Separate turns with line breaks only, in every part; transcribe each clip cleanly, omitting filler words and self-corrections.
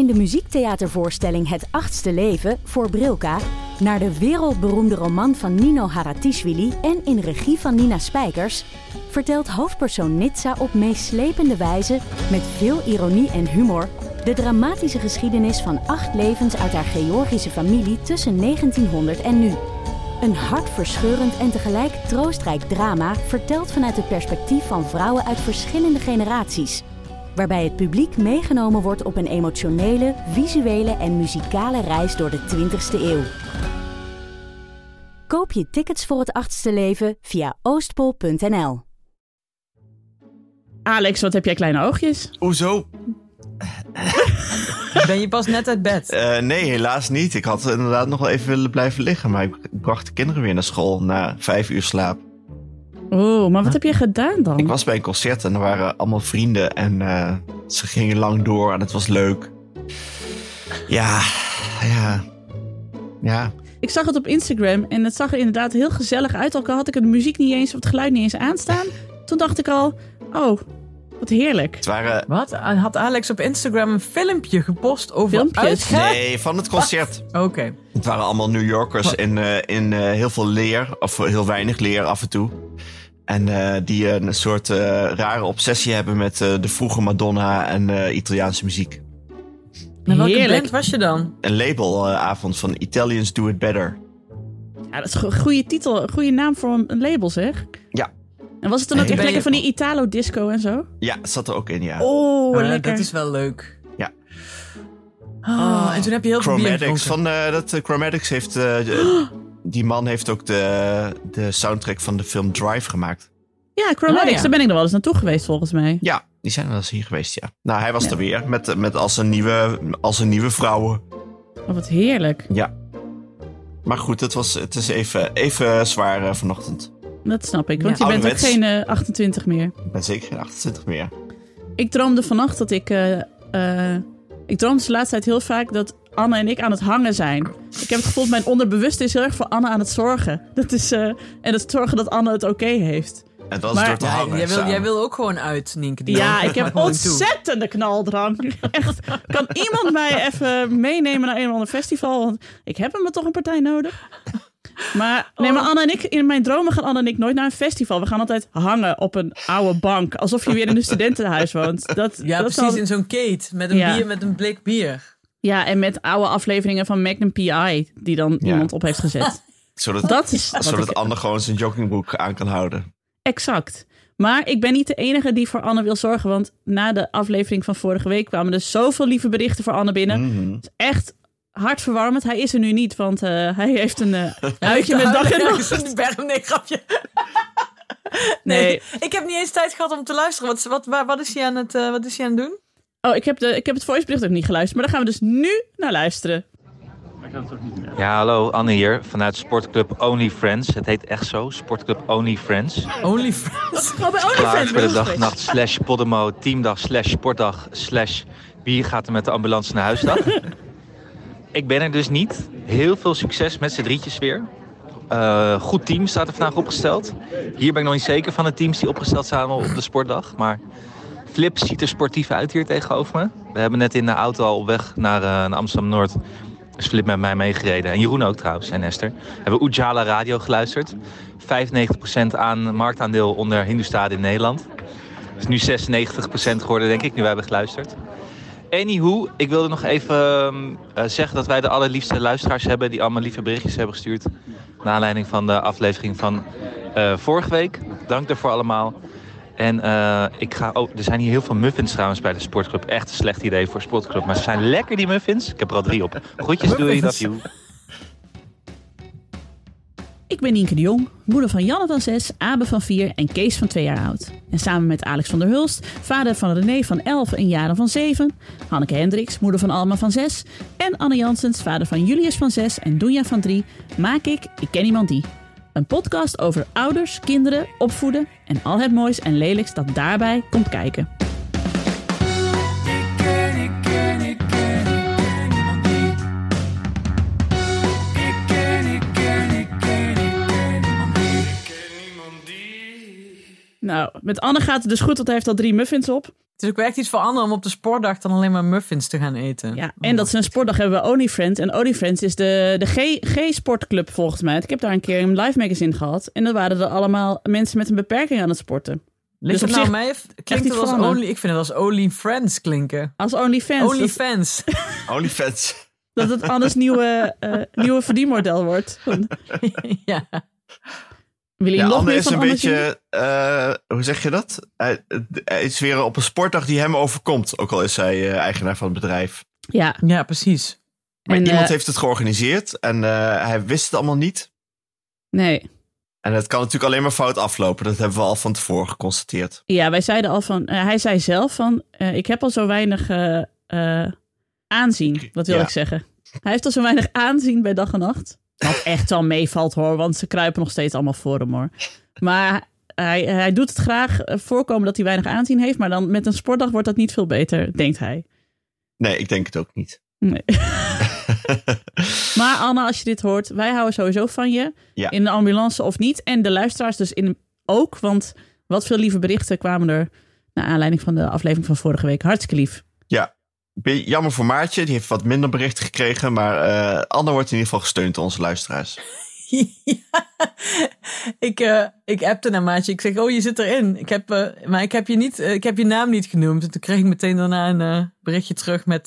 in de muziektheatervoorstelling Het Achtste Leven voor Brilka naar de wereldberoemde roman van Nino Haratischvili en in regie van Nina Spijkers, vertelt hoofdpersoon Nitsa op meeslepende wijze, met veel ironie en humor, de dramatische geschiedenis van 8 levens uit haar Georgische familie tussen 1900 en nu. Een hartverscheurend en tegelijk troostrijk drama verteld vanuit het perspectief van vrouwen uit verschillende generaties, waarbij het publiek meegenomen wordt op een emotionele, visuele en muzikale reis door de 20e eeuw. Koop je tickets voor Het Achtste Leven via oostpol.nl.
Alex, wat heb jij kleine oogjes?
Hoezo?
Ben je pas net uit bed?
Nee, helaas niet. Ik had inderdaad nog wel even willen blijven liggen. Maar ik bracht de kinderen weer naar school na 5 uur slaap.
Oh, maar wat heb je gedaan dan?
Ik was bij een concert en er waren allemaal vrienden. En ze gingen lang door en het was leuk. Ja.
Ik zag het op Instagram en het zag er inderdaad heel gezellig uit. Ook al had ik de muziek niet eens of het geluid niet eens aanstaan. Toen dacht ik al, oh, wat heerlijk.
Het waren...
Wat? Had Alex op Instagram een filmpje gepost over
Filmpjes?
Nee, van het concert.
Oké.
Het waren allemaal New Yorkers in heel veel leer. Of heel weinig leer af en toe. En die een soort rare obsessie hebben met de vroege Madonna en Italiaanse muziek.
En welke
Heerlijk.
band was je dan?
Een labelavond van Italians Do It Better.
Ja, dat is een goede titel, een goede naam voor een label, zeg.
Ja.
En was het dan ook echt
Ben je-
lekker van die Italo-disco en zo?
Ja, het zat er ook in, ja.
Oh, lekker.
Dat is wel leuk.
Ja.
En toen heb je heel veel bier
Chromatics.
gedronken.
Chromatics heeft... die man heeft ook de soundtrack van de film Drive gemaakt.
Ja, Chromatics,
ja.
daar ben ik nog wel eens naartoe geweest volgens mij.
Ja, die zijn wel eens hier geweest, ja. Nou, hij was er weer met als een nieuwe vrouwen.
Oh, wat heerlijk.
Ja. Maar goed, het is even zwaar vanochtend.
Dat snap ik, want je bent ook
Ouderwets.
geen 28 meer.
Ik ben zeker geen 28 meer.
Ik droomde vannacht dat ik droomde de laatste tijd heel vaak dat Anne en ik aan het hangen zijn. Ik heb het gevoel dat mijn onderbewuste is heel erg voor Anne aan het zorgen. Dat is, en het zorgen dat Anne het oké heeft.
En dat is
Maar-
door te hangen.
Jij wil ook gewoon uit, Nienke.
Ja, ik
Maar
heb
gewoon toe.
ontzettende knaldrang. Echt, kan iemand mij even meenemen naar een of ander festival? Want ik heb hem toch een partij nodig. Maar Anne en ik, in mijn dromen gaan Anne en ik nooit naar een festival. We gaan altijd hangen op een oude bank. Alsof je weer in een studentenhuis woont.
Ja,
dat
precies,
zal-
in zo'n kate met een
Ja.
bier, met een blik bier.
Ja, en met oude afleveringen van Magnum P.I. die dan iemand op heeft gezet. Dat is wat
Zodat
ik-
Anne gewoon zijn joggingbroek aan kan houden.
Exact. Maar ik ben niet de enige die voor Anne wil zorgen. Want na de aflevering van vorige week kwamen er zoveel lieve berichten voor Anne binnen. Het is echt hartverwarmend. Hij is er nu niet, want hij heeft een uitje met dag en nacht.
in de berm, nee, grapje.
Nee.
Ik heb niet eens tijd gehad om te luisteren. Wat is hij aan het doen?
Oh, ik heb het voicebericht ook niet geluisterd. Maar daar gaan we dus nu naar luisteren.
Ja, hallo, Anne hier vanuit Sportclub Only Friends. Het heet echt zo, Sportclub Only Friends.
Only Friends.
Oh, bij
Klaar
OnlyFans
voor de
ben ik
dag, nacht, /Podemo, teamdag, /sportdag, wie gaat er met de ambulance naar huis dag. Ik ben er dus niet. Heel veel succes met z'n drietjes weer. Goed team staat er vandaag opgesteld. Hier ben ik nog niet zeker van de teams die opgesteld staan op de sportdag. Maar Flip ziet er sportief uit hier tegenover me. We hebben net in de auto al op weg naar Amsterdam-Noord. Is Flip met mij meegereden. En Jeroen ook trouwens, en Esther. Hebben we Ujala Radio geluisterd. 95% aan marktaandeel onder Hindustani in Nederland. Is nu 96% geworden, denk ik, nu wij hebben geluisterd. Anywho, ik wilde nog even zeggen dat wij de allerliefste luisteraars hebben die allemaal lieve berichtjes hebben gestuurd. Naar aanleiding van de aflevering van vorige week. Dank daarvoor allemaal. En er zijn hier heel veel muffins trouwens bij de sportclub. Echt een slecht idee voor sportclub. Maar ze zijn lekker, die muffins. Ik heb er al 3 op. Groetjes, doei, love you.
Ik ben Nienke de Jong, moeder van Janne van 6, Abe van 4 en Kees van 2 jaar oud. En samen met Alex van der Hulst, vader van René van 11 en Jaren van 7... Hanneke Hendricks, moeder van Alma van 6... en Anne Janssens, vader van Julius van 6 en Doenja van 3... maak Ik Ken Iemand Die. Een podcast over ouders, kinderen, opvoeden... en al het moois en lelijks dat daarbij komt kijken. Nou, met Anne gaat het dus goed, want hij heeft al 3 muffins op.
Het is ook wel echt iets voor anderen om op de sportdag dan alleen maar muffins te gaan eten.
Ja, en dat ze een sportdag hebben we OnlyFriends. En OnlyFriends is de G-sportclub volgens mij. Ik heb daar een keer een live magazine gehad. En dan waren er allemaal mensen met een beperking aan het sporten.
Ligt
dus
het nou mij? Klinkt het als Only? Ik vind het als OnlyFriends klinken.
Als OnlyFans.
OnlyFans.
OnlyFans.
Dat het anders nieuwe verdienmodel wordt.
Ja.
Anne is een beetje, hoe zeg je dat? Hij is weer op een sportdag die hem overkomt. Ook al is hij eigenaar van het bedrijf.
Ja, precies.
Maar iemand heeft het georganiseerd en hij wist het allemaal niet.
Nee.
En het kan natuurlijk alleen maar fout aflopen. Dat hebben we al van tevoren geconstateerd.
Ja, wij zeiden al van... hij zei zelf van... ik heb al zo weinig aanzien. Wat wil ik zeggen? Hij heeft al zo weinig aanzien bij dag en nacht. Wat echt wel meevalt hoor. Want ze kruipen nog steeds allemaal voor hem hoor. Maar hij doet het graag voorkomen dat hij weinig aanzien heeft. Maar dan met een sportdag wordt dat niet veel beter, denkt hij.
Nee, ik denk het ook niet.
Nee. Maar Anne, als je dit hoort, wij houden sowieso van je. Ja. In de ambulance of niet. En de luisteraars dus ook. Want wat veel lieve berichten kwamen er naar aanleiding van de aflevering van vorige week. Hartstikke lief. Ja.
Jammer voor Maartje, die heeft wat minder berichten gekregen. Maar Anne wordt in ieder geval gesteund door onze luisteraars.
Ja, ik appte naar Maartje. Ik zeg, je zit erin. Maar ik heb je naam niet genoemd. En toen kreeg ik meteen daarna een berichtje terug met...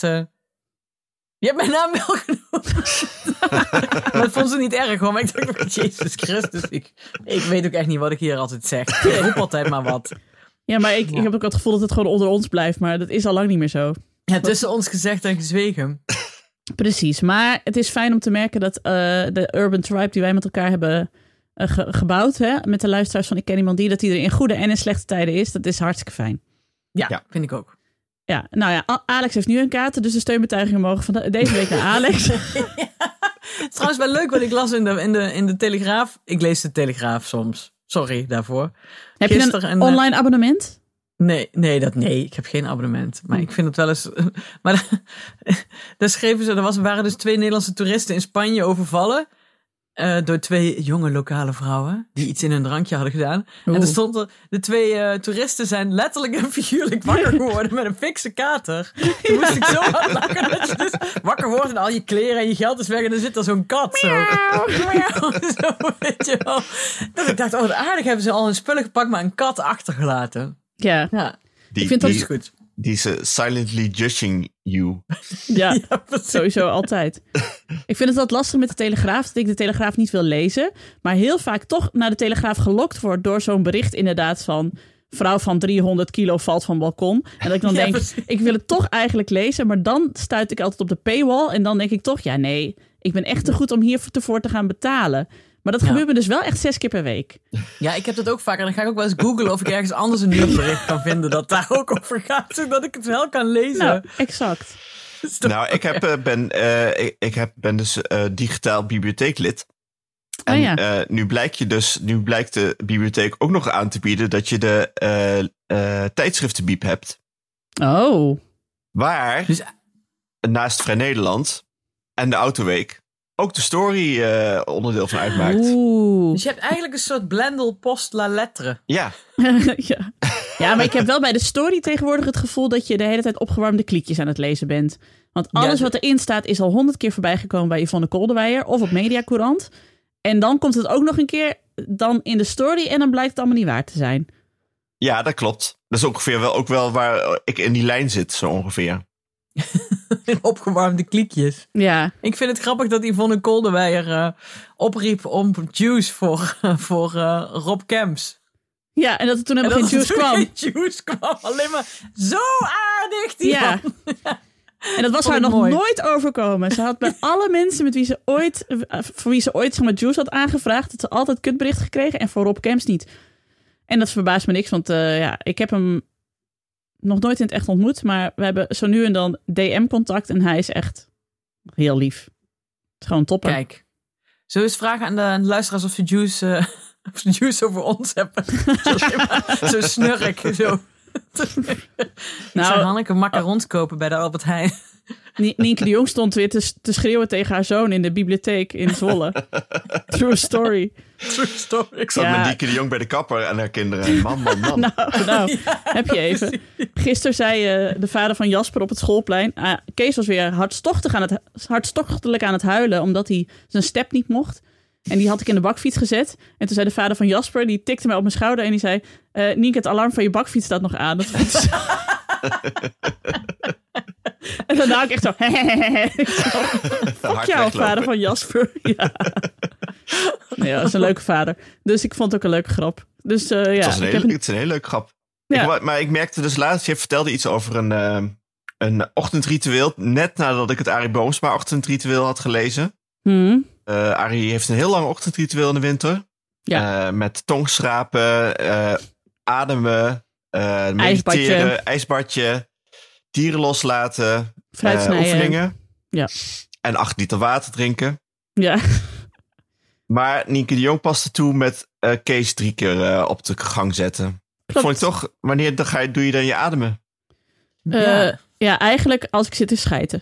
je hebt mijn naam wel genoemd. Maar dat vond ze niet erg hoor. Maar ik dacht, Jezus Christus. Ik weet ook echt niet wat ik hier altijd zeg. Ik roep altijd maar wat.
Ja, maar ik heb ook het gevoel dat het gewoon onder ons blijft. Maar dat is al lang niet meer zo.
Ja, tussen ons gezegd en gezwegen.
Precies, maar het is fijn om te merken dat de Urban Tribe die wij met elkaar hebben gebouwd, hè, met de luisteraars van Ik Ken Iemand Die, dat die er in goede en in slechte tijden is. Dat is hartstikke fijn.
Ja, vind ik ook.
Ja, nou ja, Alex heeft nu een kaart, dus de steunbetuigingen mogen van deze week naar Alex.
Ja. Het is trouwens wel leuk wat ik las in de Telegraaf. Ik lees de Telegraaf soms. Sorry daarvoor.
Heb je een online abonnement?
Nee, ik heb geen abonnement. Maar ik vind het wel eens... Maar daar schreven ze... Er waren dus 2 Nederlandse toeristen in Spanje overvallen. Door 2 jonge lokale vrouwen. Die iets in hun drankje hadden gedaan. En er stond er... De 2 toeristen zijn letterlijk en figuurlijk wakker geworden. Met een fikse kater. Toen moest ik zo hard lachen. Dat je dus wakker wordt en al je kleren en je geld is weg. En dan zit er zo'n kat zo. Zo, weet je wel. Dat ik dacht, wat aardig hebben ze al hun spullen gepakt. Maar een kat achtergelaten.
Ja.
Ik vind dat goed.
Die is silently judging you.
Ja, sowieso altijd. Ik vind het wat lastig met de Telegraaf, dat ik de Telegraaf niet wil lezen. Maar heel vaak toch naar de Telegraaf gelokt wordt door zo'n bericht inderdaad van... vrouw van 300 kilo valt van balkon. En dat ik dan denk, ik wil het toch eigenlijk lezen. Maar dan stuit ik altijd op de paywall. En dan denk ik toch, ik ben echt te goed om hiervoor te gaan betalen. Maar dat gebeurt me dus wel echt 6 keer per week.
Ja, ik heb dat ook vaak. En dan ga ik ook wel eens googlen of ik ergens anders een nieuwsbericht kan vinden dat daar ook over gaat. Zodat ik het wel kan lezen.
Nou, exact.
Nou, ik ben dus digitaal bibliotheeklid. En nu blijkt de bibliotheek ook nog aan te bieden dat je de tijdschriftenbiep hebt.
Oh.
Waar naast Vrij Nederland en de Autoweek ook de story onderdeel van uitmaakt.
Oeh.
Dus je hebt eigenlijk een soort blendel post la lettre.
Ja.
Ja, maar ik heb wel bij de story tegenwoordig het gevoel dat je de hele tijd opgewarmde kliekjes aan het lezen bent. Want alles wat erin staat is al 100 keer voorbij gekomen bij Yvonne Kolderweijer of op Mediacourant. En dan komt het ook nog een keer dan in de story en dan blijkt het allemaal niet waar te zijn.
Ja, dat klopt. Dat is ongeveer ook wel waar ik in die lijn zit, zo ongeveer.
Opgewarmde kliekjes.
Ja.
Ik vind het grappig dat Yvonne Kolderweijer opriep om juice voor Rob Kemps.
Ja, en dat er toen helemaal geen juice kwam.
Geen juice kwam. Alleen maar zo aardig die man.
En dat was haar nog nooit overkomen. Ze had bij alle mensen voor wie ze ooit zeg maar, juice had aangevraagd, dat ze altijd kutbericht gekregen en voor Rob Kemps niet. En dat verbaast me niks, want ik heb hem nog nooit in het echt ontmoet, maar we hebben zo nu en dan DM-contact en hij is echt heel lief. Het is gewoon topper.
Kijk, zullen we eens vragen aan de luisteraars of ze juice over ons hebben? Zo snurk, zo. Nou, ik zou Hanneke macarons kopen bij de Albert Heijn.
Nienke de Jong stond weer te schreeuwen tegen haar zoon in de bibliotheek in Zwolle. True story.
Ik zat met Nienke de Jong bij de kapper en haar kinderen. Man.
Nou, heb je even. Gisteren zei de vader van Jasper op het schoolplein... Kees was weer hartstochtelijk aan het huilen... omdat hij zijn step niet mocht. En die had ik in de bakfiets gezet. En toen zei de vader van Jasper... die tikte mij op mijn schouder en die zei... Nienke, het alarm van je bakfiets staat nog aan. Dat vond ik En daarna ik echt zo... Fuck jou, vader van Jasper. Ja. Nee, dat is een leuke vader. Dus ik vond het ook een leuke grap. Dus ja.
Het is een hele leuke grap. Ja. Maar ik merkte dus laatst... Je vertelde iets over een ochtendritueel. Net nadat ik het Arie Boomsma ochtendritueel had gelezen. Arie heeft een heel lang ochtendritueel in de winter. Ja. Met tongschrapen, ademen, mediteren, ijsbadje, dieren loslaten, oefeningen. Ja. En 8 liter water drinken. Ja. Maar Nienke de Jong paste toe met Kees 3 keer op de gang zetten. Klopt. Vond ik toch, wanneer doe je dan je ademen?
Ja, eigenlijk als ik zit te schijten.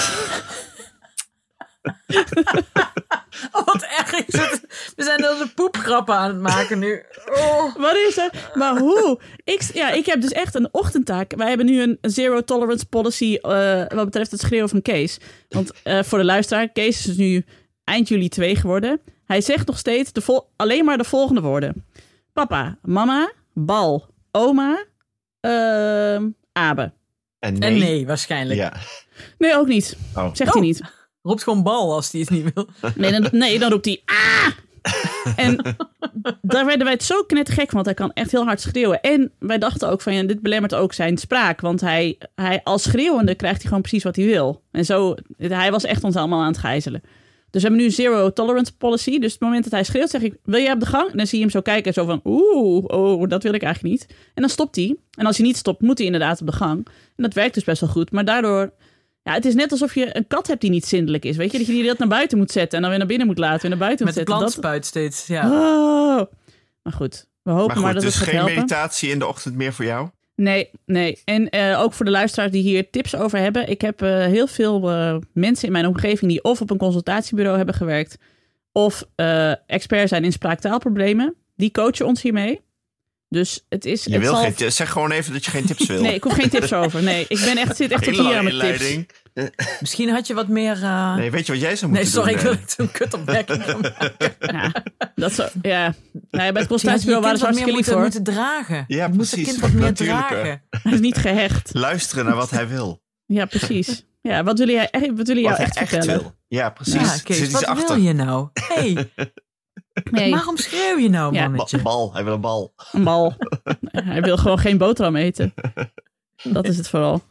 Oh, wat erg is het. We zijn onze poepgrappen aan het maken nu. Oh.
Wat is er? Maar hoe? Ik heb dus echt een ochtendtaak. Wij hebben nu een zero tolerance policy wat betreft het schreeuwen van Kees. Want voor de luisteraar, Kees is nu eind juli 2 geworden. Hij zegt nog steeds alleen maar de volgende woorden. Papa, mama, bal, oma, Abe.
En
nee, waarschijnlijk.
Ja.
Nee, ook niet. Zegt hij niet.
Roept gewoon bal als hij het niet wil.
Nee, dan roept hij En daar werden wij het zo knettergek, want hij kan echt heel hard schreeuwen. En wij dachten ook van, dit belemmert ook zijn spraak. Want hij als schreeuwende krijgt hij gewoon precies wat hij wil. En zo, hij was echt ons allemaal aan het gijzelen. Dus we hebben nu een zero tolerance policy. Dus het moment dat hij schreeuwt, zeg ik, wil jij op de gang? En dan zie je hem zo kijken, zo van, dat wil ik eigenlijk niet. En dan stopt hij. En als hij niet stopt, moet hij inderdaad op de gang. En dat werkt dus best wel goed. Maar daardoor... Ja, het is net alsof je een kat hebt die niet zindelijk is. Weet je, dat je die dat naar buiten moet zetten en dan weer naar binnen moet laten en naar buiten moet zetten.
Met de plantspuit steeds, ja.
Oh. Maar goed, we hopen maar dat het gaat helpen.
Dus geen meditatie in de ochtend meer voor jou?
Nee. En ook voor de luisteraars die hier tips over hebben. Ik heb heel veel mensen in mijn omgeving die of op een consultatiebureau hebben gewerkt of expert zijn in spraaktaalproblemen. Die coachen ons hiermee. Dus het is...
Zeg gewoon even dat je geen tips wil.
Nee, ik hoef geen tips over. Nee, zit echt tot hier aan mijn tips.
Misschien had je wat meer...
Nee, weet je wat jij zou moeten
doen?
Nee,
sorry, ik wil zo'n kutopmerking van maken.
Ja, bij het consultatiebureau waren ze hartstikke lief hoor.
Moeten dragen.
Ja,
je moet het kind wat meer dragen.
Hij is niet gehecht.
Luisteren naar wat hij wil.
Ja, precies. Ja, wat jullie jou echt vertellen?
Wil. Ja, precies.
Ja, Kees, wat wil je nou? Nee. Waarom schreeuw je nou, mannetje?
Een bal. Hij wil een bal.
Een bal. Hij wil gewoon geen boterham eten. Dat is het vooral.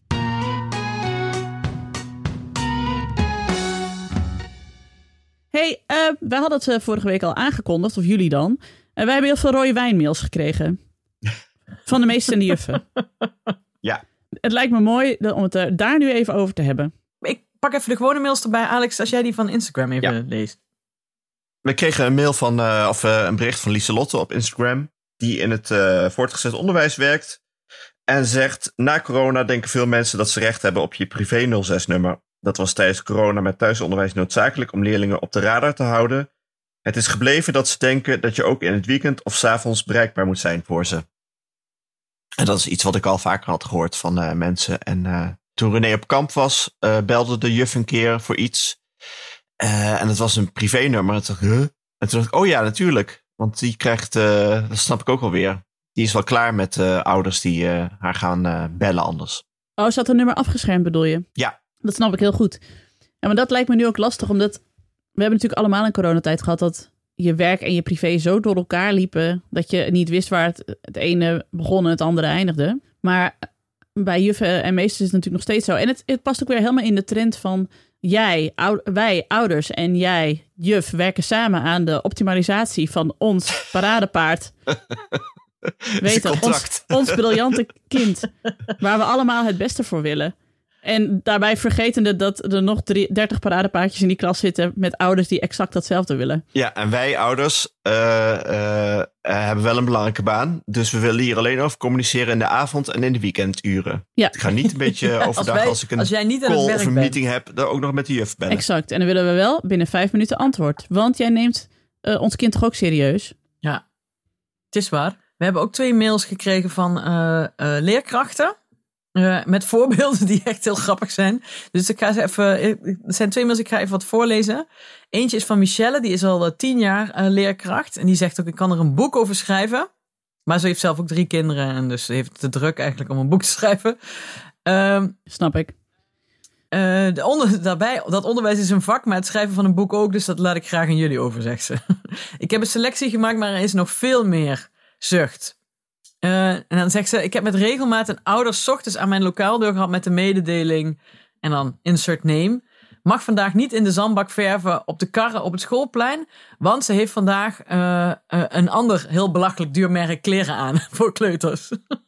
Hey, wij hadden het vorige week al aangekondigd, of jullie dan. Wij hebben heel veel rode wijnmails gekregen. Van de meesten en de juffen.
Ja.
Het lijkt me mooi om het daar nu even over te hebben.
Ik pak even de gewone mails erbij. Alex, als jij die van Instagram even leest.
We kregen een mail een bericht van Lieselotte op Instagram. Die in het voortgezet onderwijs werkt. En zegt, na corona denken veel mensen dat ze recht hebben op je privé 06-nummer. Dat was tijdens corona met thuisonderwijs noodzakelijk om leerlingen op de radar te houden. Het is gebleven dat ze denken dat je ook in het weekend of 's avonds bereikbaar moet zijn voor ze. En dat is iets wat ik al vaker had gehoord van mensen. En toen René op kamp was, belde de juf een keer voor iets. En het was een privénummer. En toen dacht ik, oh ja, natuurlijk. Want die krijgt, dat snap ik ook alweer. Die is wel klaar met ouders die haar gaan bellen anders.
Oh, ze had een nummer afgeschermd bedoel je?
Ja. Dat
snap ik heel goed. Ja, maar dat lijkt me nu ook lastig, omdat we hebben natuurlijk allemaal een coronatijd gehad dat je werk en je privé zo door elkaar liepen dat je niet wist waar het ene begon en het andere eindigde. Maar bij juffen en meesters is het natuurlijk nog steeds zo. En het past ook weer helemaal in de trend van wij ouders en jij juf werken samen aan de optimalisatie van ons paradepaard. Weet je, ons briljante kind, waar we allemaal het beste voor willen. En daarbij vergetende dat er nog 30 paradepaardjes in die klas zitten met ouders die exact datzelfde willen.
Ja, en wij ouders hebben wel een belangrijke baan. Dus we willen hier alleen over communiceren in de avond en in de weekenduren.
Ja.
Ik ga niet een beetje overdag als ik een
jij niet aan het
call
werk
of een
bent.
meeting heb, dan ook nog met de juf bellen.
Exact. En dan willen we wel binnen 5 minuten antwoord. Want jij neemt ons kind toch ook serieus?
Ja, het is waar. We hebben ook 2 mails gekregen van leerkrachten. Met voorbeelden die echt heel grappig zijn. Dus ik ga ze even. Er zijn 2 mails, ik ga even wat voorlezen. Eentje is van Michelle, die is al 10 jaar leerkracht. En die zegt ook, ik kan er een boek over schrijven. Maar ze heeft zelf ook 3 kinderen. En dus ze heeft het te druk eigenlijk om een boek te schrijven.
Snap ik.
Daarbij, dat onderwijs is een vak, maar het schrijven van een boek ook. Dus dat laat ik graag aan jullie over, zegt ze. Ik heb een selectie gemaakt, maar er is nog veel meer zucht. En dan zegt ze, ik heb met regelmaat een ouder 's ochtends aan mijn lokaaldeur gehad met de mededeling. En dan insert name. Mag vandaag niet in de zandbak verven op de karren op het schoolplein. Want ze heeft vandaag een ander heel belachelijk duur merk kleren aan voor kleuters.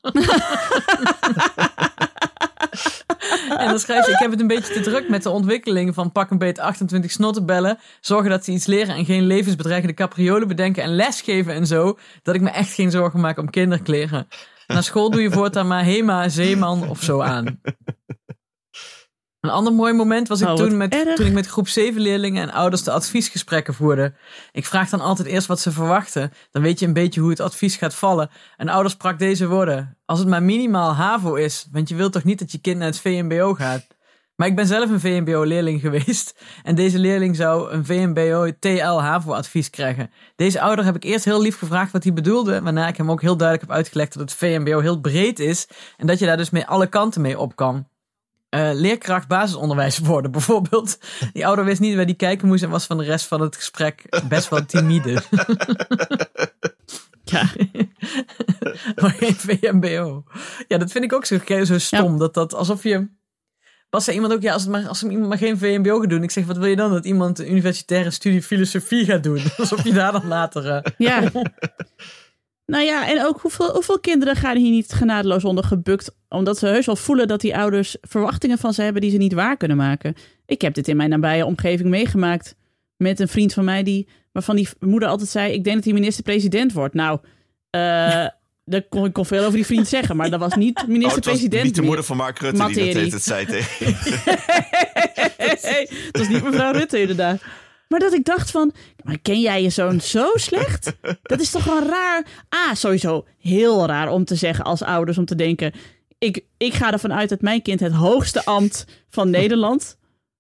En dan schrijft ze, ik heb het een beetje te druk met de ontwikkeling van pak een beet 28 snottenbellen. Zorgen dat ze iets leren en geen levensbedreigende capriolen bedenken en lesgeven en zo. Dat ik me echt geen zorgen maak om kinderkleren. Na school doe je voortaan maar Hema, Zeeman of zo aan. Een ander mooi moment was ik toen ik met groep 7 leerlingen en ouders de adviesgesprekken voerde. Ik vraag dan altijd eerst wat ze verwachten. Dan weet je een beetje hoe het advies gaat vallen. En ouder sprak deze woorden. Als het maar minimaal HAVO is, want je wilt toch niet dat je kind naar het VMBO gaat. Maar ik ben zelf een VMBO-leerling geweest. En deze leerling zou een VMBO-TL-HAVO-advies krijgen. Deze ouder heb ik eerst heel lief gevraagd wat hij bedoelde. Waarna ik hem ook heel duidelijk heb uitgelegd dat het VMBO heel breed is. En dat je daar dus mee alle kanten mee op kan. Leerkracht basisonderwijs worden bijvoorbeeld. Die ouder wist niet waar die kijken moest en was van de rest van het gesprek best wel timide.
Ja.
Maar geen VMBO. Ja, dat vind ik ook zo stom. Ja. Dat alsof je... Pas zei iemand ook, ja, als iemand maar geen VMBO gaat doen. Ik zeg, wat wil je dan? Dat iemand een universitaire studie filosofie gaat doen. Alsof je daar dan later...
Ja. Nou ja, en ook hoeveel kinderen gaan hier niet genadeloos onder gebukt, omdat ze heus wel voelen dat die ouders verwachtingen van ze hebben die ze niet waar kunnen maken. Ik heb dit in mijn nabije omgeving meegemaakt met een vriend van mij waarvan die moeder altijd zei, ik denk dat hij minister-president wordt. Nou, daar kon veel over die vriend zeggen, maar dat was niet minister-president.
Het was niet de moeder van Mark Rutte
materie.
Die dat zei tegen.
Het was niet mevrouw Rutte inderdaad. Maar dat ik dacht van, maar ken jij je zoon zo slecht? Dat is toch wel raar. Sowieso heel raar om te zeggen als ouders, om te denken, ik ga ervan uit dat mijn kind het hoogste ambt van Nederland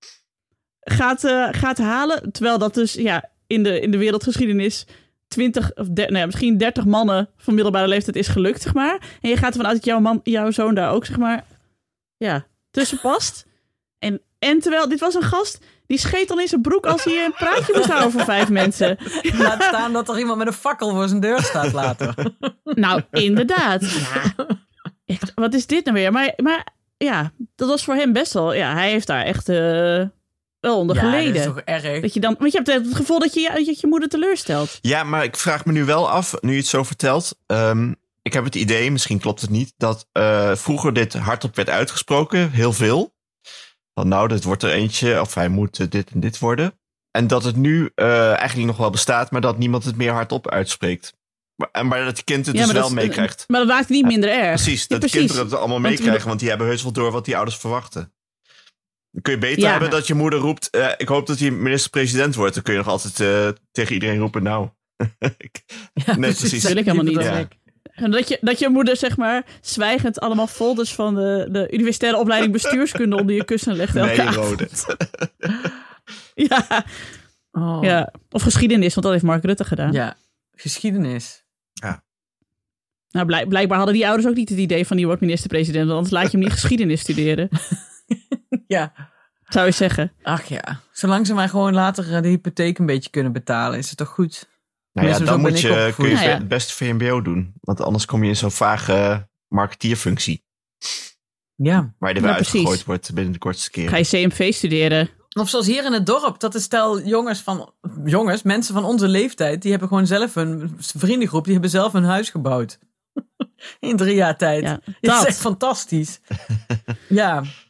gaat halen. Terwijl dat dus in de wereldgeschiedenis 20 of misschien 30 mannen van middelbare leeftijd is gelukt, zeg maar. En je gaat ervan uit dat jouw zoon daar ook, zeg maar, tussen past. En terwijl, dit was een gast, die scheet dan in zijn broek als hij een praatje moest houden voor 5 mensen.
Laat staan dat er iemand met een fakkel voor zijn deur staat later.
Nou, inderdaad. Ja. Echt, wat is dit nou weer? Maar ja, dat was voor hem best wel... Ja, hij heeft daar echt wel onder geleden.
Dat is toch erg.
Dat je dan, want je hebt het gevoel dat je moeder teleurstelt.
Ja, maar ik vraag me nu wel af, nu je het zo vertelt. Ik heb het idee, misschien klopt het niet, dat vroeger dit hardop werd uitgesproken, heel veel. Van nou, dit wordt er eentje, of hij moet dit en dit worden. En dat het nu eigenlijk nog wel bestaat, maar dat niemand het meer hardop uitspreekt. Maar dat het kind het dus wel meekrijgt.
Maar dat maakt het niet minder erg.
Precies, dat de kinderen het allemaal meekrijgen, want die hebben heus wel door wat die ouders verwachten. Dan kun je beter hebben dat je moeder roept, ik hoop dat hij minister-president wordt. Dan kun je nog altijd tegen iedereen roepen, nou. Nee, precies.
Dat wil ik helemaal niet. Ja. Dat je moeder, zeg maar, zwijgend allemaal folders van de universitaire opleiding bestuurskunde onder je kussen legt elke avond. Ja.
Oh.
Ja. Of geschiedenis, want dat heeft Mark Rutte gedaan.
Ja, geschiedenis.
Ja.
Nou, blijkbaar hadden die ouders ook niet het idee van die wordt minister-president, want anders laat je hem niet geschiedenis studeren.
Ja.
Zou je zeggen.
Ach ja, zolang ze maar gewoon later de hypotheek een beetje kunnen betalen, is het toch goed?
Nou ja, dan kun je het beste VMBO doen. Want anders kom je in zo'n vage marketeerfunctie.
Ja.
Waar je er weer uitgegooid wordt binnen de kortste keren.
Ga je CMV studeren?
Of zoals hier in het dorp. Dat is stel mensen van onze leeftijd. Die hebben gewoon zelf een vriendengroep. Die hebben zelf een huis gebouwd. In 3 jaar tijd. Ja, dat is echt fantastisch. Ja.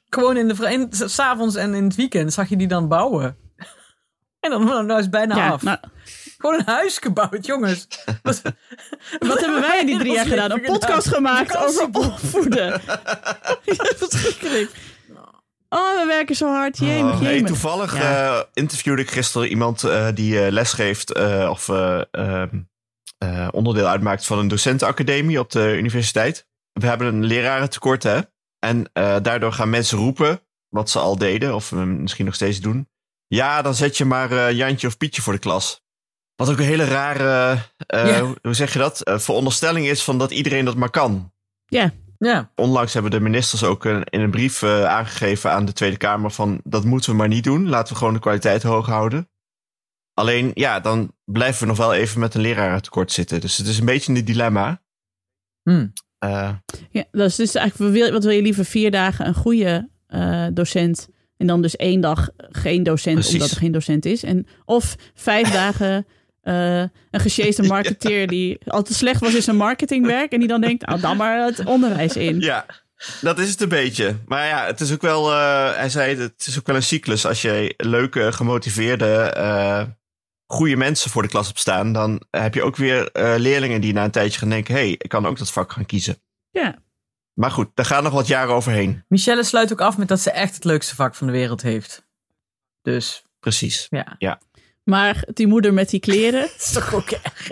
Gewoon 's'avonds en in het weekend zag je die dan bouwen. En dan is het bijna af.
Nou,
Gewoon een huis gebouwd, jongens.
wat hebben wij in die 3 jaar gedaan? Een podcast gemaakt over opvoeden. Verschrikkelijk. Oh, we werken zo hard. Jemig.
Hey, toevallig interviewde ik gisteren iemand die lesgeeft of onderdeel uitmaakt van een docentenacademie op de universiteit. We hebben een lerarentekort, hè? En daardoor gaan mensen roepen, wat ze al deden, of misschien nog steeds doen. Ja, dan zet je maar Jantje of Pietje voor de klas. Wat ook een hele rare, hoe zeg je dat? Veronderstelling is van dat iedereen dat maar kan.
Ja.
Ja.
Onlangs hebben de ministers ook in een brief aangegeven aan de Tweede Kamer van dat moeten we maar niet doen. Laten we gewoon de kwaliteit hoog houden. Alleen, ja, dan blijven we nog wel even met een lerarentekort zitten. Dus het is een beetje een dilemma.
Ja, dus eigenlijk, wat wil je liever 4 dagen een goede docent en dan dus 1 dag geen docent,
Precies.
omdat er geen docent is. Of 5 dagen een gesjeesde marketeer die al te slecht was in zijn marketingwerk en die dan denkt, nou dan maar het onderwijs in.
Ja, dat is het een beetje. Maar ja, het is ook wel, hij zei, het is ook wel een cyclus. Als je leuke, gemotiveerde, goede mensen voor de klas hebt staan, dan heb je ook weer leerlingen die na een tijdje gaan denken, hey, ik kan ook dat vak gaan kiezen.
Ja.
Maar goed, daar gaan nog wat jaren overheen.
Michelle sluit ook af met dat ze echt het leukste vak van de wereld heeft. Dus,
Precies.
ja.
Maar die moeder met die kleren
Dat is toch ook erg.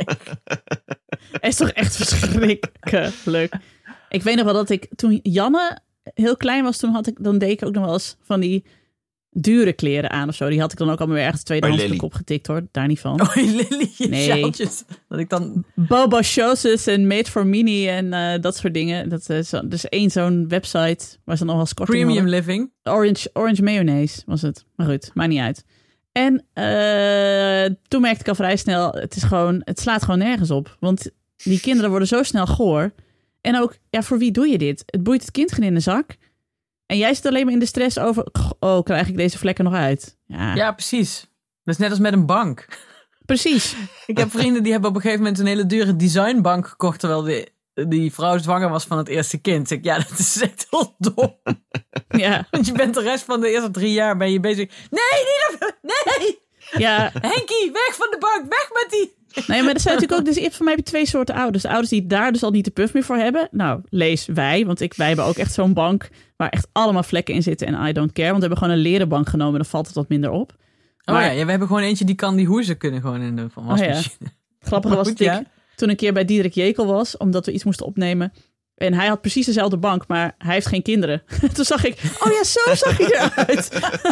is toch echt verschrikkelijk. Ik weet nog wel dat ik toen Janne heel klein was, dan deed ik ook nog wel eens van die dure kleren aan of zo. Die had ik dan ook allemaal weer ergens tweedehands opgetikt hoor. Daar niet van.
Oh, Lily,
Nee.
sjaaltjes. Dat ik dan...
Boba Shoes en Made for Mini en dat soort dingen. Dat is dus 1 zo'n website waar ze nog wel korting
Premium
hadden.
living.
Orange mayonaise was het. Maar goed, maakt niet uit. En toen merkte ik al vrij snel, het slaat gewoon nergens op. Want die kinderen worden zo snel goor. En ook, ja, voor wie doe je dit? Het boeit het kind geen in de zak. En jij zit alleen maar in de stress over, oh, krijg ik deze vlekken nog uit?
Ja, precies. Dat is net als met een bank.
Precies.
Ik heb vrienden die hebben op een gegeven moment een hele dure designbank gekocht, terwijl die vrouw zwanger was van het eerste kind. Ik, ja, dat is echt heel dom.
Ja.
Want je bent de rest van de eerste 3 jaar ben je bezig. Nee!
Ja.
Henkie, weg van de bank, weg met die!
Nee, maar er zijn natuurlijk ook, dus voor mij heb je 2 soorten ouders. De ouders die daar dus al niet de puff meer voor hebben. Nou, lees wij, want wij hebben ook echt zo'n bank waar echt allemaal vlekken in zitten en I don't care. Want we hebben gewoon een leren bank genomen, dan valt het wat minder op. Maar,
we hebben gewoon eentje die kan die hoezen kunnen gewoon in de wasmachine.
Ja. Grappige was dat ik toen een keer bij Diederik Jekel was, omdat we iets moesten opnemen. En hij had precies dezelfde bank, maar hij heeft geen kinderen. Toen zag ik, oh ja, zo zag hij eruit.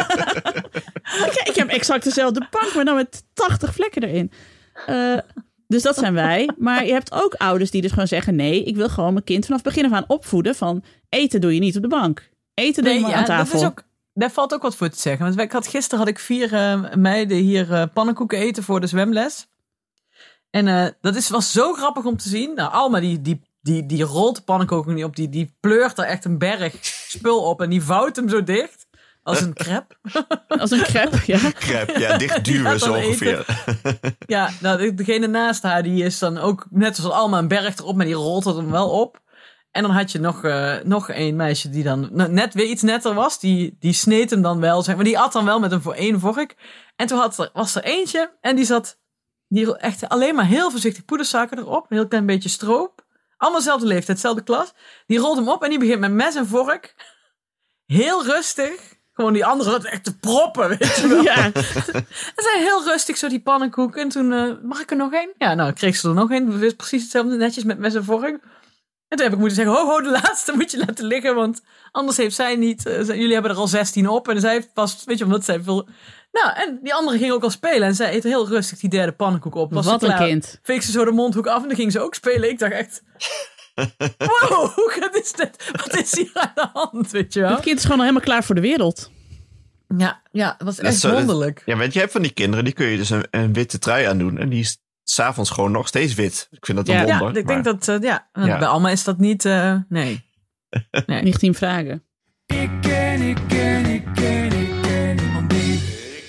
Ik heb exact dezelfde bank, maar dan met 80 vlekken erin. Dus dat zijn wij. Maar je hebt ook ouders die dus gewoon zeggen, nee, ik wil gewoon mijn kind vanaf begin af aan opvoeden van eten doe je niet op de bank. Eten doe je maar aan tafel.
Daar valt ook wat voor te zeggen. Want gisteren had ik 4 meiden hier pannenkoeken eten voor de zwemles. En dat was zo grappig om te zien. Nou, Alma die rolt de pannenkoeken niet op. Die pleurt er echt een berg spul op. En die vouwt hem zo dicht. Als een crepe.
Als een crepe, ja.
Crepe, ja, dicht duwen zo ongeveer.
Ja, nou, degene naast haar, die is dan ook net zoals Alma een berg erop. Maar die rolt het hem wel op. En dan had je nog een meisje die dan net weer iets netter was. Die sneed hem dan wel, zeg maar. Die at dan wel met een 1 vork. En toen was er eentje en die echt alleen maar heel voorzichtig poedersuiker erop. Een heel klein beetje stroop. Allemaal dezelfde leeftijd, dezelfde klas. Die rolt hem op en die begint met mes en vork. Heel rustig. Gewoon die andere echt te proppen, weet je wel. Ja. En zij heel rustig zo die pannenkoek. En toen, mag ik er nog een? Ja, nou kreeg ze er nog een. Precies hetzelfde, netjes met mes en vork. En toen heb ik moeten zeggen, ho, de laatste moet je laten liggen. Want anders heeft zij niet... jullie hebben er al 16 op. En zij heeft pas, weet je, omdat zij veel... Nou, en die andere ging ook al spelen. En zij eet heel rustig die derde pannenkoek op. Was
wat een kind.
Veeg ze zo de mondhoek af en dan ging ze ook spelen. Ik dacht echt... Wow, wat is dit? Wat is hier aan de hand, weet je wel?
Het kind is gewoon al helemaal klaar voor de wereld.
Ja, dat was echt wonderlijk.
Ja, want je hebt van die kinderen, die kun je dus een witte trui aan doen. En die is 's avonds gewoon nog steeds wit. Ik vind dat een wonder.
Ja, ik denk dat, bij Alma is dat niet, nee.
Niet 10 vragen.
Ik ken niemand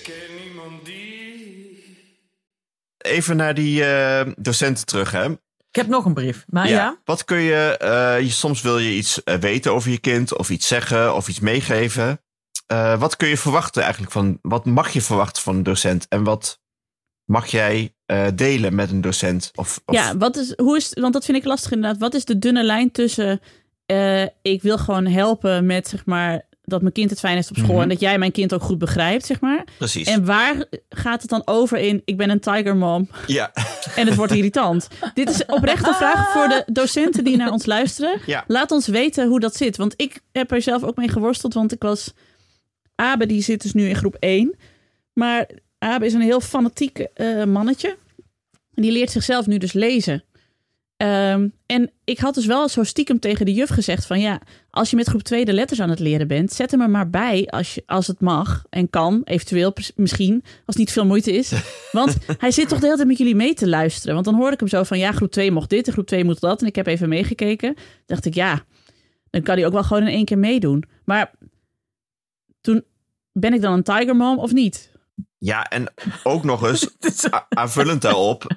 die.
Even naar die docenten terug, hè.
Ik heb nog een brief. Maar ja.
Wat kun je... soms wil je iets weten over je kind, of iets zeggen, of iets meegeven. Wat kun je verwachten eigenlijk van... Wat mag je verwachten van een docent? En wat mag jij delen met een docent?
Ja, want dat vind ik lastig inderdaad. Wat is de dunne lijn tussen... ik wil gewoon helpen met, zeg maar... dat mijn kind het fijn heeft op school... en dat jij mijn kind ook goed begrijpt, zeg maar.
Precies.
En waar gaat het dan over in... ik ben een tiger mom
Ja.
en het wordt irritant? Dit is oprecht een vraag voor de docenten die naar ons luisteren.
Ja.
Laat ons weten hoe dat zit. Want ik heb er zelf ook mee geworsteld. Want ik was... Abe, die zit dus nu in groep 1. Maar Abe is een heel fanatiek mannetje. En die leert zichzelf nu dus lezen. En ik had dus wel zo stiekem tegen de juf gezegd van... ja, als je met groep 2 de letters aan het leren bent... zet hem er maar bij als het mag en kan. Eventueel misschien, als het niet veel moeite is. Want hij zit toch de hele tijd met jullie mee te luisteren. Want dan hoorde ik hem zo van... ja, groep 2 mocht dit en groep 2 moet dat. En ik heb even meegekeken. Dacht ik, ja, dan kan hij ook wel gewoon in 1 keer meedoen. Maar toen ben ik dan een tiger mom of niet?
Ja, en ook nog eens aanvullend daarop...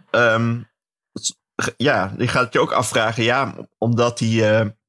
ja, je gaat je ook afvragen... ja, omdat die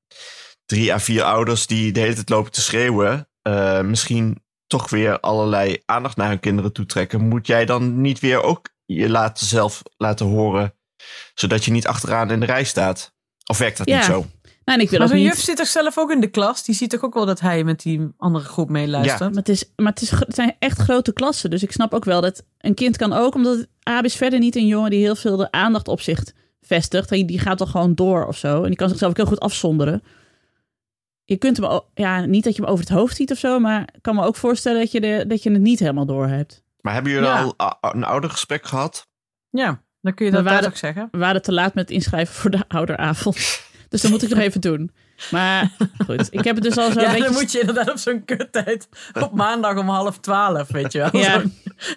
3 à 4 ouders die de hele tijd lopen te schreeuwen... misschien toch weer allerlei aandacht naar hun kinderen toetrekken... moet jij dan niet weer ook je zelf laten horen... zodat je niet achteraan in de rij staat? Of werkt dat niet zo?
Nou, en ik wil
maar
zo'n
juf zit toch zelf ook in de klas? Die ziet toch ook wel dat hij met die andere groep meeluistert?
Ja. Maar het zijn echt grote klassen. Dus ik snap ook wel dat een kind kan ook... omdat Abe is verder niet een jongen die heel veel de aandacht op zich vestigt. Die gaat toch gewoon door of zo. En die kan zichzelf ook heel goed afzonderen. Je kunt hem... Ja, niet dat je hem over het hoofd ziet of zo... maar ik kan me ook voorstellen dat je het niet helemaal door hebt.
Maar hebben jullie al een oudergesprek gehad?
Ja, dan kun je dat ook zeggen.
We waren te laat met inschrijven voor de ouderavond. Dus dat moet ik nog even doen. Maar goed, ik heb het dus al zo een beetje...
dan moet je inderdaad op zo'n kuttijd op maandag om 11:30, weet je wel.
Ja.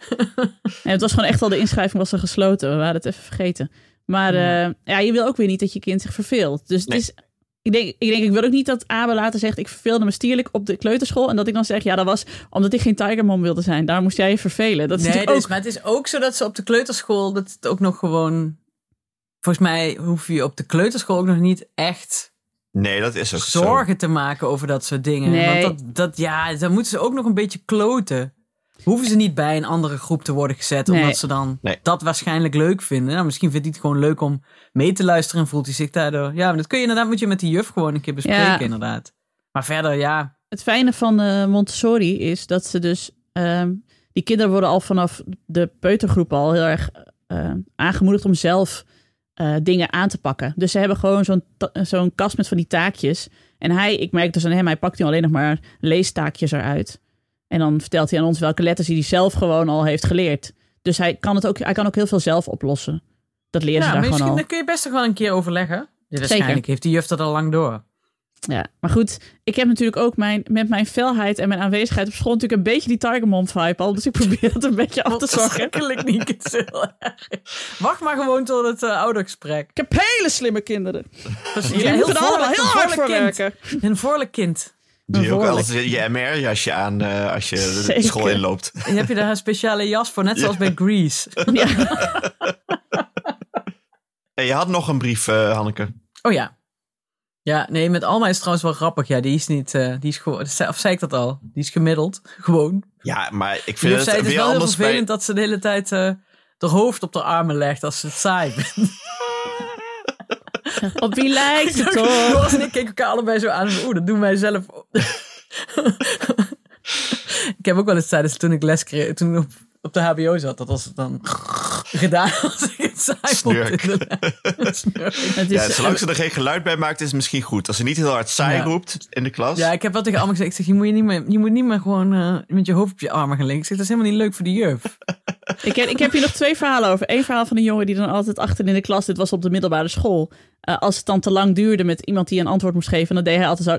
En het was gewoon echt al, de inschrijving was er gesloten. We waren het even vergeten. Maar je wil ook weer niet dat je kind zich verveelt. Dus het is... Ik wil ook niet dat Abe later zegt... ik verveelde me stierlijk op de kleuterschool... en dat ik dan zeg, ja, dat was omdat ik geen tigermom wilde zijn. Daar moest jij je vervelen. Dat is ook...
maar het is ook zo dat ze op de kleuterschool... dat het ook nog gewoon... Volgens mij hoef je op de kleuterschool ook nog niet echt...
Nee, dat is ook
zorgen te maken over dat soort dingen.
Nee.
Want dan moeten ze ook nog een beetje kloten. Hoeven ze niet bij een andere groep te worden gezet... omdat ze dan dat waarschijnlijk leuk vinden. Nou, misschien vindt hij het gewoon leuk om mee te luisteren... en voelt hij zich daardoor... Ja, maar dat kun je inderdaad... moet je met die juf gewoon een keer bespreken, inderdaad. Maar verder, ja...
Het fijne van Montessori is dat ze dus... die kinderen worden al vanaf de peutergroep al heel erg aangemoedigd... om zelf dingen aan te pakken. Dus ze hebben gewoon zo'n kast met van die taakjes. En ik merk dus aan hem... hij pakt nu alleen nog maar leestaakjes eruit... En dan vertelt hij aan ons welke letters hij zelf gewoon al heeft geleerd. Dus hij kan ook heel veel zelf oplossen. Dat leren ze daar gewoon al.
Dat kun je best toch wel een keer overleggen. Ja, waarschijnlijk heeft die juf dat al lang door.
Ja, maar goed. Ik heb natuurlijk ook met mijn felheid en mijn aanwezigheid op school... natuurlijk een beetje die Tiger Mom vibe al. Dus ik probeer het een beetje af te zorgen.
Verschrikkelijk niet. Het is heel erg. Wacht maar gewoon tot het oudergesprek.
Ik heb hele slimme kinderen.
Precies.
Jullie moeten er allemaal heel hard voor werken.
Een voorlijk kind.
Die ook altijd je MR-jasje aan als je de school inloopt.
En heb je daar een speciale jas voor, net zoals bij Grease.
Ja.
Hey, je had nog een brief, Hanneke.
Oh ja. Ja, nee, met Alma is het trouwens wel grappig. Ja, die is niet, die is gewoon, of zei ik dat al? Die is gemiddeld, gewoon.
Ja, maar ik vind
het
weer
wel
anders
heel vervelend dat ze de hele tijd de hoofd op de armen legt als ze het saai vindt.
Op wie lijkt het toch?
Joris en ik keken elkaar allebei zo aan. Dat doen wij zelf. Ik heb ook wel eens tijdens toen ik les kreeg, toen op de HBO zat, dat was het dan gedaan als ik het saai vond.
Ja, zolang ze er geen geluid bij maakt, is het misschien goed. Als ze niet heel hard saai roept in de klas.
Ja, ik heb wel tegen Alma gezegd, ik zeg, je moet niet meer gewoon met je hoofd op je armen gaan liggen. Ik zeg, dat is helemaal niet leuk voor de juf.
Ik heb hier nog 2 verhalen over. Eén verhaal van een jongen die dan altijd achter in de klas, dit was op de middelbare school. Als het dan te lang duurde met iemand die een antwoord moest geven, dan deed hij altijd zo...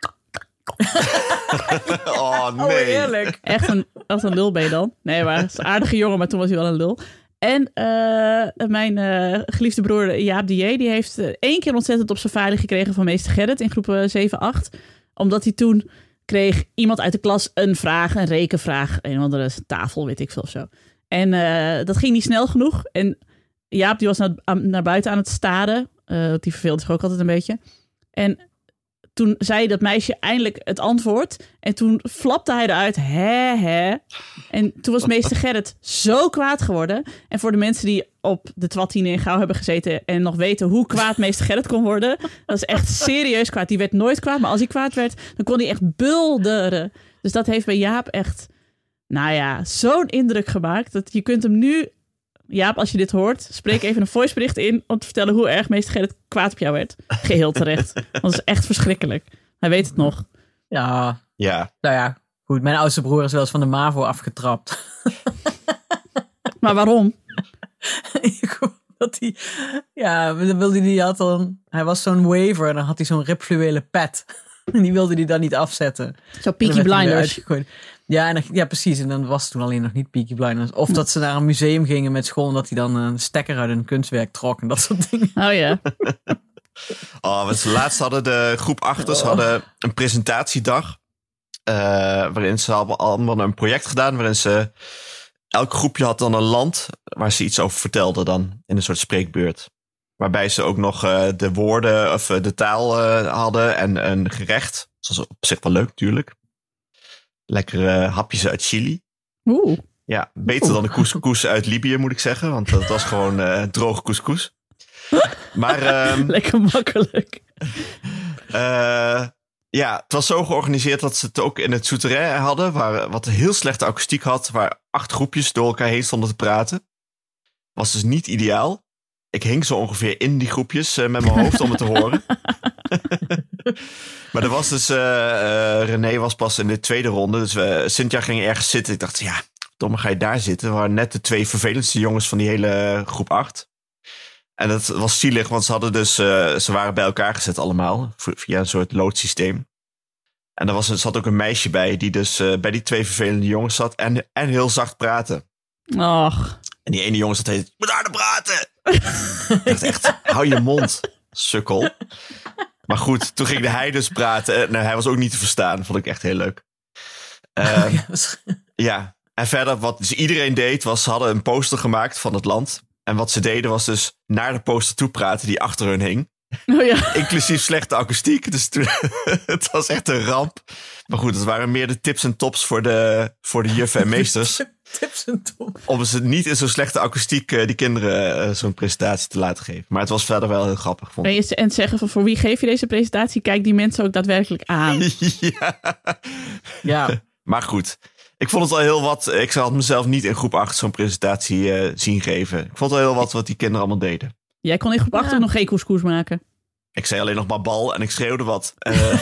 Oh, nee.
Oh, heerlijk.
Echt een lul ben je dan. Nee, maar het is een aardige jongen, maar toen was hij wel een lul. En mijn geliefde broer Jaap die heeft 1 keer ontzettend op zijn vaardig gekregen van meester Gerrit in groep 7-8. Omdat hij toen kreeg iemand uit de klas een vraag, een rekenvraag, een of andere tafel, weet ik veel of zo. En dat ging niet snel genoeg. En Jaap die was naar buiten aan het staren Die verveelde zich ook altijd een beetje. En toen zei dat meisje eindelijk het antwoord. En toen flapte hij eruit. Hè. En toen was meester Gerrit zo kwaad geworden. En voor de mensen die op de Twatine in Gouw hebben gezeten... en nog weten hoe kwaad meester Gerrit kon worden... dat is echt serieus kwaad. Die werd nooit kwaad, maar als hij kwaad werd... dan kon hij echt bulderen. Dus dat heeft bij Jaap echt... zo'n indruk gemaakt... dat je kunt hem nu... Jaap, als je dit hoort, spreek even een voicebericht in... om te vertellen hoe erg meester Gerrit kwaad op jou werd. Geheel terecht. Want dat is echt verschrikkelijk. Hij weet het nog.
Ja.
Ja.
Nou ja, goed. Mijn oudste broer is wel eens van de MAVO afgetrapt.
Maar waarom?
Dat hij... Ja, dan wilde hij had dan... Hij was zo'n waver en dan had hij zo'n ribfluwelen pet. En die wilde hij dan niet afzetten.
Zo Peaky Blinders.
Ja, precies. En dan was het toen alleen nog niet Peaky Blinders. Of dat ze naar een museum gingen met school... en dat hij dan een stekker uit een kunstwerk trok en dat soort dingen.
Oh ja.
Want ze laatst hadden de groep achters hadden een presentatiedag... waarin ze allemaal een project gedaan... waarin ze... Elk groepje had dan een land... waar ze iets over vertelden dan... in een soort spreekbeurt. Waarbij ze ook nog de woorden of de taal hadden... en een gerecht. Dat was op zich wel leuk natuurlijk... Lekkere hapjes uit Chili.
Oeh.
Ja, beter dan de couscous uit Libië, moet ik zeggen. Want dat was gewoon droge couscous. Maar...
Lekker makkelijk.
Het was zo georganiseerd dat ze het ook in het souterrain hadden. Wat een heel slechte akoestiek had. Waar 8 groepjes door elkaar heen stonden te praten. Was dus niet ideaal. Ik hing zo ongeveer in die groepjes met mijn hoofd om het te horen. Maar er was dus... René was pas in de tweede ronde. Dus Cynthia ging ergens zitten. Ik dacht, ja, domme, ga je daar zitten? We waren net de 2 vervelendste jongens van die hele groep 8. En dat was zielig, want ze waren bij elkaar gezet allemaal. Via een soort loodsysteem. En er zat ook een meisje bij die dus bij die 2 vervelende jongens zat. En heel zacht praatte.
Och.
En die ene jongen zat heet, ik moet harder praten. Ik dacht echt, hou je mond, sukkel. Maar goed, toen ging hij dus praten. Nou, hij was ook niet te verstaan. Vond ik echt heel leuk. Ja, en verder wat dus iedereen deed was... ze hadden een poster gemaakt van het land. En wat ze deden was dus naar de poster toe praten die achter hun hing.
Oh ja.
Inclusief slechte akoestiek. Dus toen, het was echt een ramp. Maar goed, het waren meer de tips en tops voor de juffen en meesters.
Tips en tops.
Om ze niet in zo'n slechte akoestiek die kinderen zo'n presentatie te laten geven. Maar het was verder wel heel grappig. Vond ik.
En zeggen van voor wie geef je deze presentatie? Kijk die mensen ook daadwerkelijk aan.
Ja.
Maar goed. Ik vond het al heel wat. Ik had mezelf niet in groep 8 zo'n presentatie zien geven. Ik vond het al heel wat die kinderen allemaal deden.
Jij kon in groep 8 ook nog geen couscous maken.
Ik zei alleen nog maar bal en ik schreeuwde wat.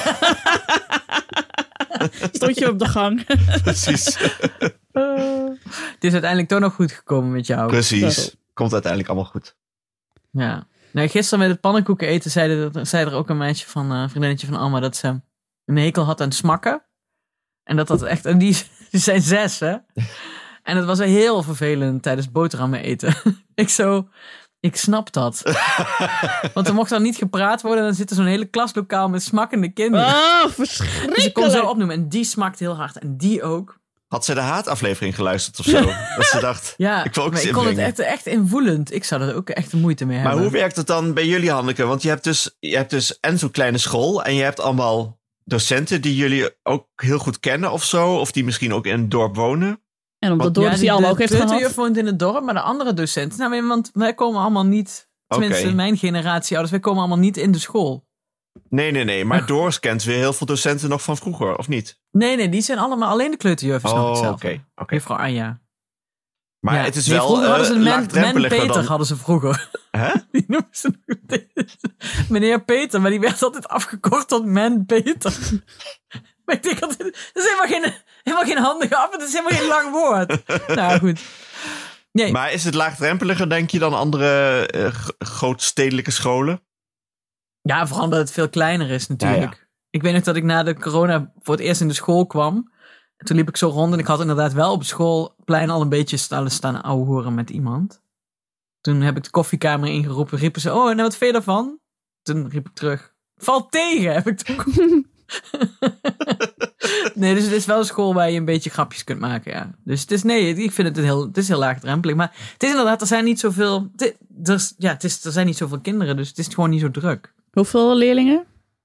Stond je op de gang.
Precies.
Het is uiteindelijk toch nog goed gekomen met jou.
Precies. Komt uiteindelijk allemaal goed.
Ja. Nou, gisteren met het pannenkoeken eten zei er ook een meisje van een vriendinnetje van Alma dat ze een hekel had aan smakken. En dat echt... En die zijn 6, hè? En het was heel vervelend tijdens boterhammen eten. Ik snap dat. Want er mocht dan niet gepraat worden. Dan zit er zo'n hele klaslokaal met smakkende kinderen.
Oh, verschrikkelijk.
Dus ik kon zo opnoemen. En die smakt heel hard. En die ook.
Had ze de haataflevering geluisterd of zo? Dat ze dacht,
ja,
ik wil ook
maar ik kon het echt invoelend. Ik zou er ook echt moeite mee hebben.
Maar hoe werkt het dan bij jullie, Hanneke? Want je hebt dus en zo'n kleine school. En je hebt allemaal docenten die jullie ook heel goed kennen of zo. Of die misschien ook in het dorp wonen.
En omdat Doris die allemaal ook heeft gehad.
De woont in het dorp, maar de andere docenten... Nou, want wij komen allemaal niet... Tenminste, mijn generatie ouders, wij komen allemaal niet in de school.
Nee. Maar Doris kent weer heel veel docenten nog van vroeger, of niet?
Nee, die zijn allemaal alleen de kleuterjuffers nog hetzelfde.
Oké.
Juffrouw Anja.
Maar het is wel
vroeger hadden ze
laagdrempeliger
Peter
dan...
hadden ze vroeger.
Hè?
Die noemen ze meneer Peter, maar die werd altijd afgekort tot Man Peter. Maar ik denk altijd, dat is helemaal geen handige af, het is helemaal geen lang woord. Nou goed. Nee.
Maar is het laagdrempeliger, denk je, dan andere grootstedelijke scholen?
Ja, vooral dat het veel kleiner is natuurlijk.
Ja.
Ik weet nog dat ik na de corona voor het eerst in de school kwam. En toen liep ik zo rond en ik had inderdaad wel op het schoolplein al een beetje staan ouwe horen met iemand. Toen heb ik de koffiekamer ingeroepen, riepen ze, oh, en wat vind je daarvan? Toen riep ik terug, valt tegen, heb ik toen. Nee, dus het is wel een school waar je een beetje grapjes kunt maken, ja. Dus het is, ik vind het is heel laagdrempelig. Maar het is inderdaad, er zijn niet zoveel... Er zijn niet zoveel kinderen, dus het is gewoon niet zo druk.
Hoeveel leerlingen?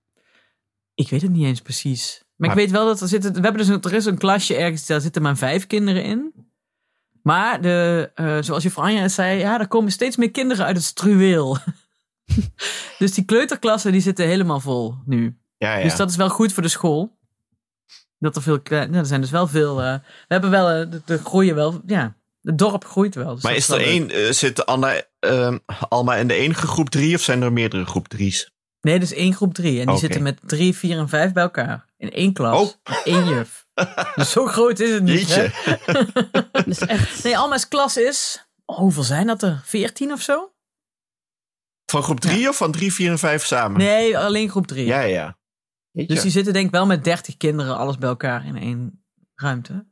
Ik weet het niet eens precies. Maar ik weet wel dat er is een klasje ergens, daar zitten maar 5 kinderen in. Maar zoals juffrouw Anja zei, ja, er komen steeds meer kinderen uit het struweel. Dus die kleuterklassen, die zitten helemaal vol nu.
Ja.
Dus dat is wel goed voor de school. Dat er zijn dus wel veel... we hebben wel... de groeien wel... Ja, het dorp groeit wel. Dus
maar is er zit Alma in de enige groep 3 of zijn er meerdere groep 3's?
Nee, dat is 1 groep 3. En die zitten met 3, 4 en 5 bij elkaar. In 1 klas. Met 1 juf. Dus zo groot is het niet. Hè?
Dat is echt...
Nee, Alma's klas is... hoeveel zijn dat er? 14 of zo?
Van groep 3 of van 3, 4 en 5 samen?
Nee, alleen groep 3.
Ja. Jeetje.
Dus die zitten denk ik wel met 30 kinderen alles bij elkaar in 1 ruimte.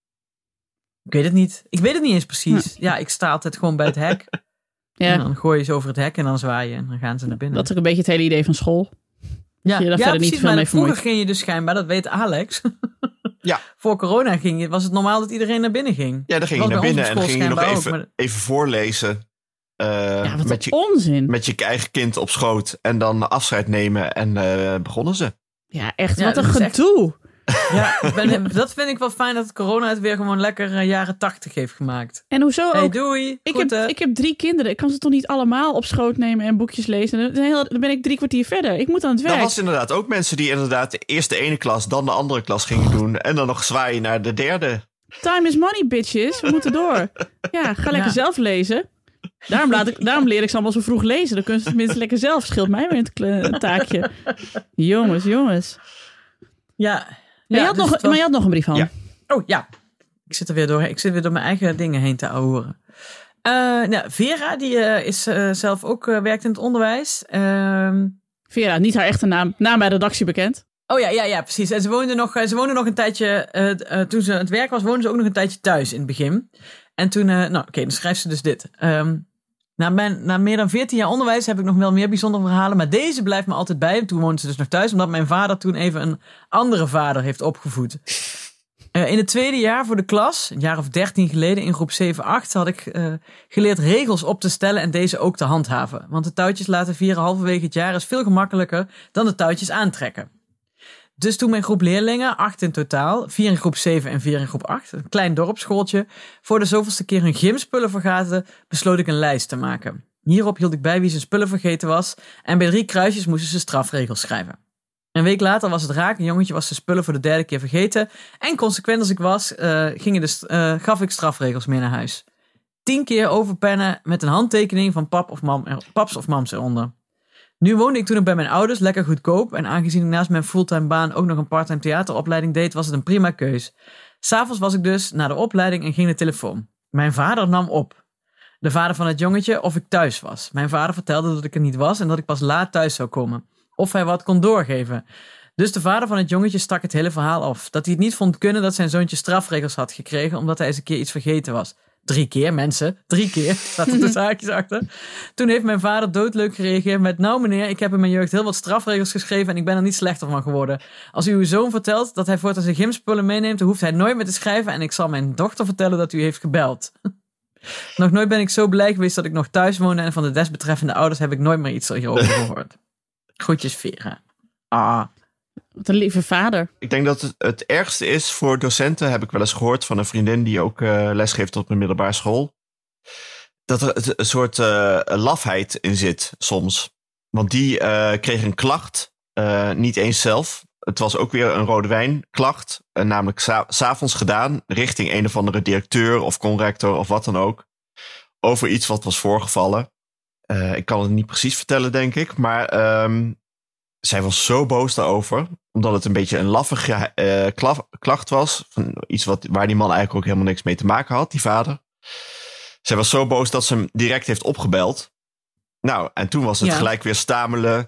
Ik weet het niet. Ik weet het niet eens precies. Ja, ik sta altijd gewoon bij het hek. Ja. En dan gooi je ze over het hek en dan zwaaien en dan gaan ze naar binnen.
Dat is ook een beetje het hele idee van school.
Ja,
je daar verder
precies.
Niet veel mee
vroeger ging je dus schijnbaar, dat weet Alex.
Ja.
Voor corona was het normaal dat iedereen naar binnen ging.
Ja, dan ging je naar binnen en dan ging je nog even voorlezen.
Wat onzin.
Met je eigen kind op schoot en dan afscheid nemen en begonnen ze.
Ja, echt. Wat een gedoe.
Ja, dat vind ik wel fijn dat corona het weer gewoon lekker jaren 80 heeft gemaakt.
En hoezo ook?
Doei.
Ik heb 3 kinderen. Ik kan ze toch niet allemaal op schoot nemen en boekjes lezen? Dan ben ik 3 kwartier verder. Ik moet aan het werk.
Dat was inderdaad ook mensen die inderdaad eerst de ene klas, dan de andere klas gingen doen. En dan nog zwaaien naar de derde.
Time is money, bitches. We moeten door. Ja, ga lekker zelf lezen. Daarom leer ik ze allemaal zo vroeg lezen. Dan kunnen ze tenminste lekker zelf. Scheelt mij weer een taakje. Jongens.
Ja.
Maar je had nog een brief, Han.
Ja.
Oh ja. Ik zit weer door mijn eigen dingen heen te ouwen. Vera, die is zelf ook werkt in het onderwijs.
Vera, niet haar echte naam bij de redactie bekend.
Oh ja, precies. En ze woonde nog een tijdje, toen ze aan het werk was, woonde ze ook nog een tijdje thuis in het begin. En toen, dan schrijft ze dus dit. Na meer dan 14 jaar onderwijs heb ik nog wel meer bijzondere verhalen, maar deze blijft me altijd bij. Toen woonde ze dus nog thuis, omdat mijn vader toen even een andere vader heeft opgevoed. In het tweede jaar voor de klas, een jaar of 13 geleden, in groep 7-8, had ik geleerd regels op te stellen en deze ook te handhaven. Want de touwtjes laten vieren halverwege het jaar is veel gemakkelijker dan de touwtjes aantrekken. Dus toen mijn groep leerlingen, 8 in totaal, 4 in groep 7 en 4 in groep 8, een klein dorpsschooltje, voor de zoveelste keer hun gymspullen vergaten, besloot ik een lijst te maken. Hierop hield ik bij wie zijn spullen vergeten was en bij 3 kruisjes moesten ze strafregels schrijven. Een week later was het raak, een jongetje was zijn spullen voor de 3e keer vergeten en consequent als ik was, gaf ik strafregels mee naar huis. 10 keer overpennen met een handtekening van paps of mams eronder. Nu woonde ik toen ook bij mijn ouders, lekker goedkoop. En aangezien ik naast mijn fulltime baan ook nog een parttime theateropleiding deed, was het een prima keus. 's Avonds was ik dus naar de opleiding en ging de telefoon. Mijn vader nam op. De vader van het jongetje of ik thuis was. Mijn vader vertelde dat ik er niet was en dat ik pas laat thuis zou komen. Of hij wat kon doorgeven. Dus de vader van het jongetje stak het hele verhaal af. Dat hij het niet vond kunnen dat zijn zoontje strafregels had gekregen omdat hij eens een keer iets vergeten was. 3 keer, mensen. 3 keer. Staat er de zaakjes achter. Toen heeft mijn vader doodleuk gereageerd met: nou meneer, ik heb in mijn jeugd heel wat strafregels geschreven en ik ben er niet slechter van geworden. Als u uw zoon vertelt dat hij voortaan zijn gymspullen meeneemt, dan hoeft hij nooit meer te schrijven en ik zal mijn dochter vertellen dat u heeft gebeld. Nog nooit ben ik zo blij geweest dat ik nog thuis woonde en van de desbetreffende ouders heb ik nooit meer iets hierover gehoord. Groetjes, Vera.
Wat een lieve vader.
Ik denk dat het ergste is voor docenten, heb ik wel eens gehoord van een vriendin die ook lesgeeft op een middelbare school. Dat er een soort lafheid in zit soms. Want die kreeg een klacht, niet eens zelf. Het was ook weer een rode wijnklacht, namelijk 's avonds gedaan richting een of andere directeur of conrector of wat dan ook. Over iets wat was voorgevallen. Ik kan het niet precies vertellen, denk ik, maar zij was zo boos daarover, omdat het een beetje een laffe klacht was. Van iets waar die man eigenlijk ook helemaal niks mee te maken had, die vader. Zij was zo boos dat ze hem direct heeft opgebeld. Nou, en toen was het gelijk weer stamelen.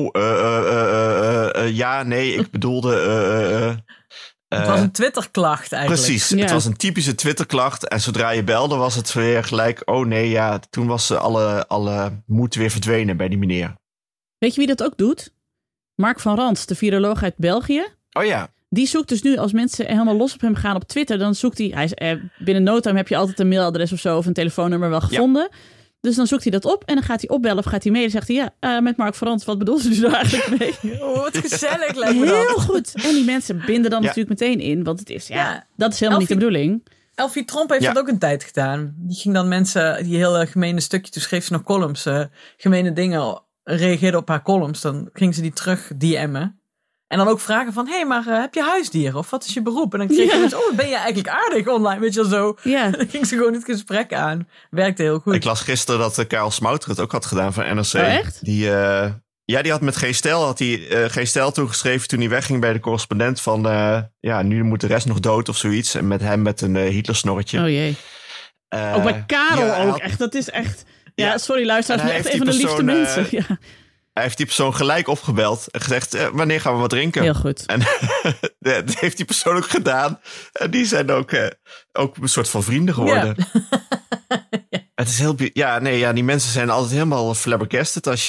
Ja, nee, ik bedoelde...
het was een Twitterklacht eigenlijk.
Precies, het was een typische Twitterklacht. En zodra je belde was het weer gelijk... Oh nee, ja, toen was alle moed weer verdwenen bij die meneer.
Weet je wie dat ook doet? Mark van Rans, de viroloog uit België.
Oh ja.
Die zoekt dus nu, als mensen helemaal los op hem gaan op Twitter, dan zoekt hij binnen no time heb je altijd een mailadres of zo of een telefoonnummer wel gevonden. Ja. Dus dan zoekt hij dat op en dan gaat hij opbellen of gaat hij mailen. Zegt hij, met Mark Frans, wat bedoelt u daar eigenlijk mee?
Oh, wat gezellig lijkt me dat.
Heel goed. En die mensen binden dan natuurlijk meteen in, want het is, dat is helemaal niet de bedoeling.
Elfie Tromp heeft dat ook een tijd gedaan. Die ging dan mensen, die hele gemene stukje, toen schreef ze nog columns, gemene dingen, reageerde op haar columns. Dan ging ze die terug DM'en. En dan ook vragen van, maar heb je huisdieren? Of wat is je beroep? En dan kreeg je dus, ben je eigenlijk aardig online? Weet je wel zo. Ja. Dan ging ze gewoon het gesprek aan. Werkte heel goed.
Ik las gisteren dat Karel Smouter het ook had gedaan van NRC.
Oh, echt?
Die had met Geen Stijl toegeschreven toen hij wegging bij de correspondent van, nu moet de rest nog dood of zoiets. En met hem met een Hitlersnorretje.
Oh jee. Ook bij Karel ook. Echt, dat is echt... Ja, sorry luisteraars, maar echt een van de liefste mensen. Ja.
Hij heeft die persoon gelijk opgebeld en gezegd, wanneer gaan we wat drinken?
Heel goed.
En dat heeft die persoon ook gedaan. En die zijn ook een soort van vrienden geworden. Ja. Het is heel... die mensen zijn altijd helemaal flabbergasted als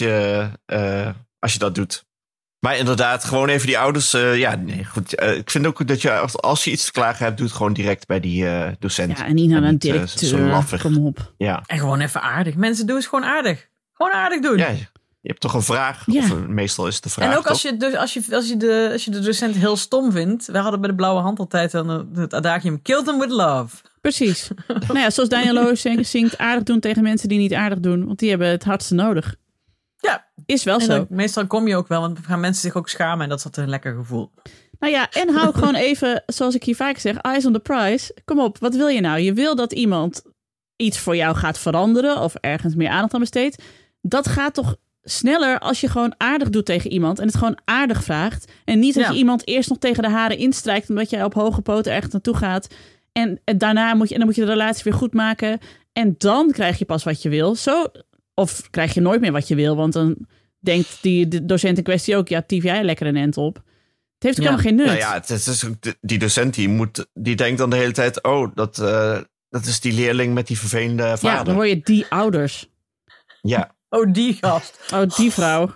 je dat doet. Maar inderdaad, gewoon even die ouders... ik vind ook dat je, als je iets te klagen hebt, doe het gewoon direct bij die docent.
Ja, en niet naar een directeur. Kom op.
Ja.
En gewoon even aardig. Mensen, doen het gewoon aardig. Gewoon aardig doen.
Ja, je hebt toch een vraag? Ja. Of meestal is het de vraag.
En ook als je de docent heel stom vindt. Wij hadden bij de Blauwe Hand altijd het adagium kill them with love.
Precies. Zoals Daniel Loos zingt, aardig doen tegen mensen die niet aardig doen. Want die hebben het hardste nodig.
Ja.
Is wel zo.
Meestal kom je ook wel, want dan gaan mensen zich ook schamen. En dat is altijd een lekker gevoel.
En hou gewoon even, zoals ik hier vaak zeg, eyes on the prize. Kom op, wat wil je nou? Je wil dat iemand iets voor jou gaat veranderen of ergens meer aandacht aan besteedt. Dat gaat toch sneller als je gewoon aardig doet tegen iemand en het gewoon aardig vraagt. En niet dat je iemand eerst nog tegen de haren instrijkt omdat jij op hoge poten ergens naartoe gaat. En daarna moet je de relatie weer goed maken. En dan krijg je pas wat je wil. Of krijg je nooit meer wat je wil. Want dan denkt de docent in kwestie ook, tief jij lekker een end op. Het heeft ook helemaal geen nut.
Nou ja, het is die docent die denkt dan de hele tijd, dat is die leerling met die vervelende vader.
Ja, dan hoor je die ouders.
Ja.
Oh, die gast.
Oh, die vrouw.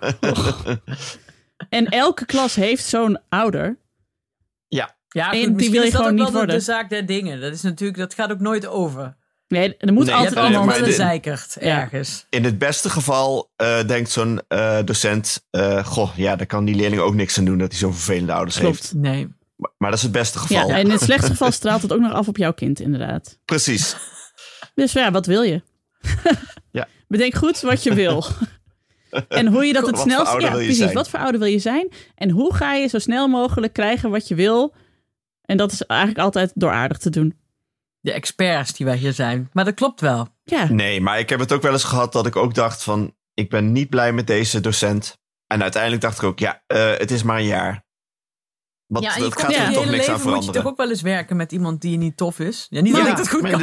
En elke klas heeft zo'n ouder.
Ja.
Ja,
en die wil je gewoon niet worden.
Dat is de zaak der dingen. Dat is natuurlijk, dat gaat ook nooit over.
Nee, er moet altijd iemand
een zeikert ergens.
In het beste geval denkt zo'n docent, daar kan die leerling ook niks aan doen dat hij zo'n vervelende ouders heeft.
Nee.
Maar dat is het beste geval.
Ja, en in het slechtste geval straalt het ook nog af op jouw kind, inderdaad.
Precies.
Dus wat wil je?
Ja.
Bedenk goed wat je wil. En hoe je dat het snelst... Ja, precies. Wat voor ouder wil je zijn? En hoe ga je zo snel mogelijk krijgen wat je wil? En dat is eigenlijk altijd door aardig te doen.
De experts die wij hier zijn. Maar dat klopt wel.
Ja.
Nee, maar ik heb het ook wel eens gehad dat ik ook dacht van, ik ben niet blij met deze docent. En uiteindelijk dacht ik ook, het is maar een jaar. Dat gaat er toch niks aan veranderen.
Moet je toch ook wel eens werken met iemand die niet tof is? Ja, niet dat ik dat goed kan.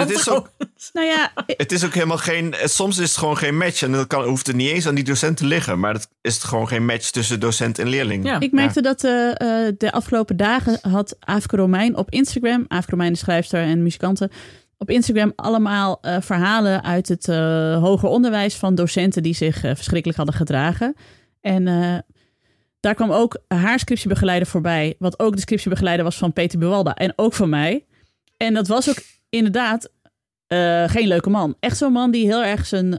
Het is ook helemaal geen... Soms is het gewoon geen match. En dat hoeft er niet eens aan die docent te liggen. Maar dat is het gewoon geen match tussen docent en leerling.
Ja. Ik merkte dat de afgelopen dagen had Aafke Romein op Instagram... Aafke Romein, de schrijfster en muzikante... op Instagram allemaal verhalen uit het hoger onderwijs... van docenten die zich verschrikkelijk hadden gedragen. En... daar kwam ook haar scriptiebegeleider voorbij. Wat ook de scriptiebegeleider was van Peter Buwalda. En ook van mij. En dat was ook inderdaad geen leuke man. Echt zo'n man die heel erg zijn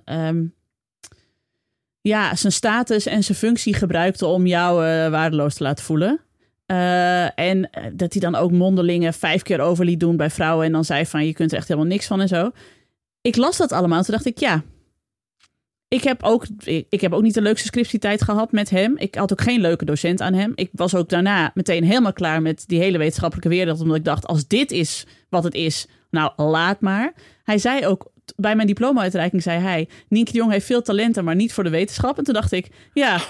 status en zijn functie gebruikte om jou waardeloos te laten voelen. En dat hij dan ook mondelingen 5 keer over liet doen bij vrouwen. En dan zei van, je kunt er echt helemaal niks van en zo. Ik las dat allemaal. Toen dacht ik, Ik heb ook niet de leukste scriptietijd gehad met hem. Ik had ook geen leuke docent aan hem. Ik was ook daarna meteen helemaal klaar met die hele wetenschappelijke wereld. Omdat ik dacht, als dit is wat het is, nou laat maar. Hij zei ook, bij mijn diploma-uitreiking zei hij... Nienke de Jong heeft veel talenten, maar niet voor de wetenschap. En toen dacht ik,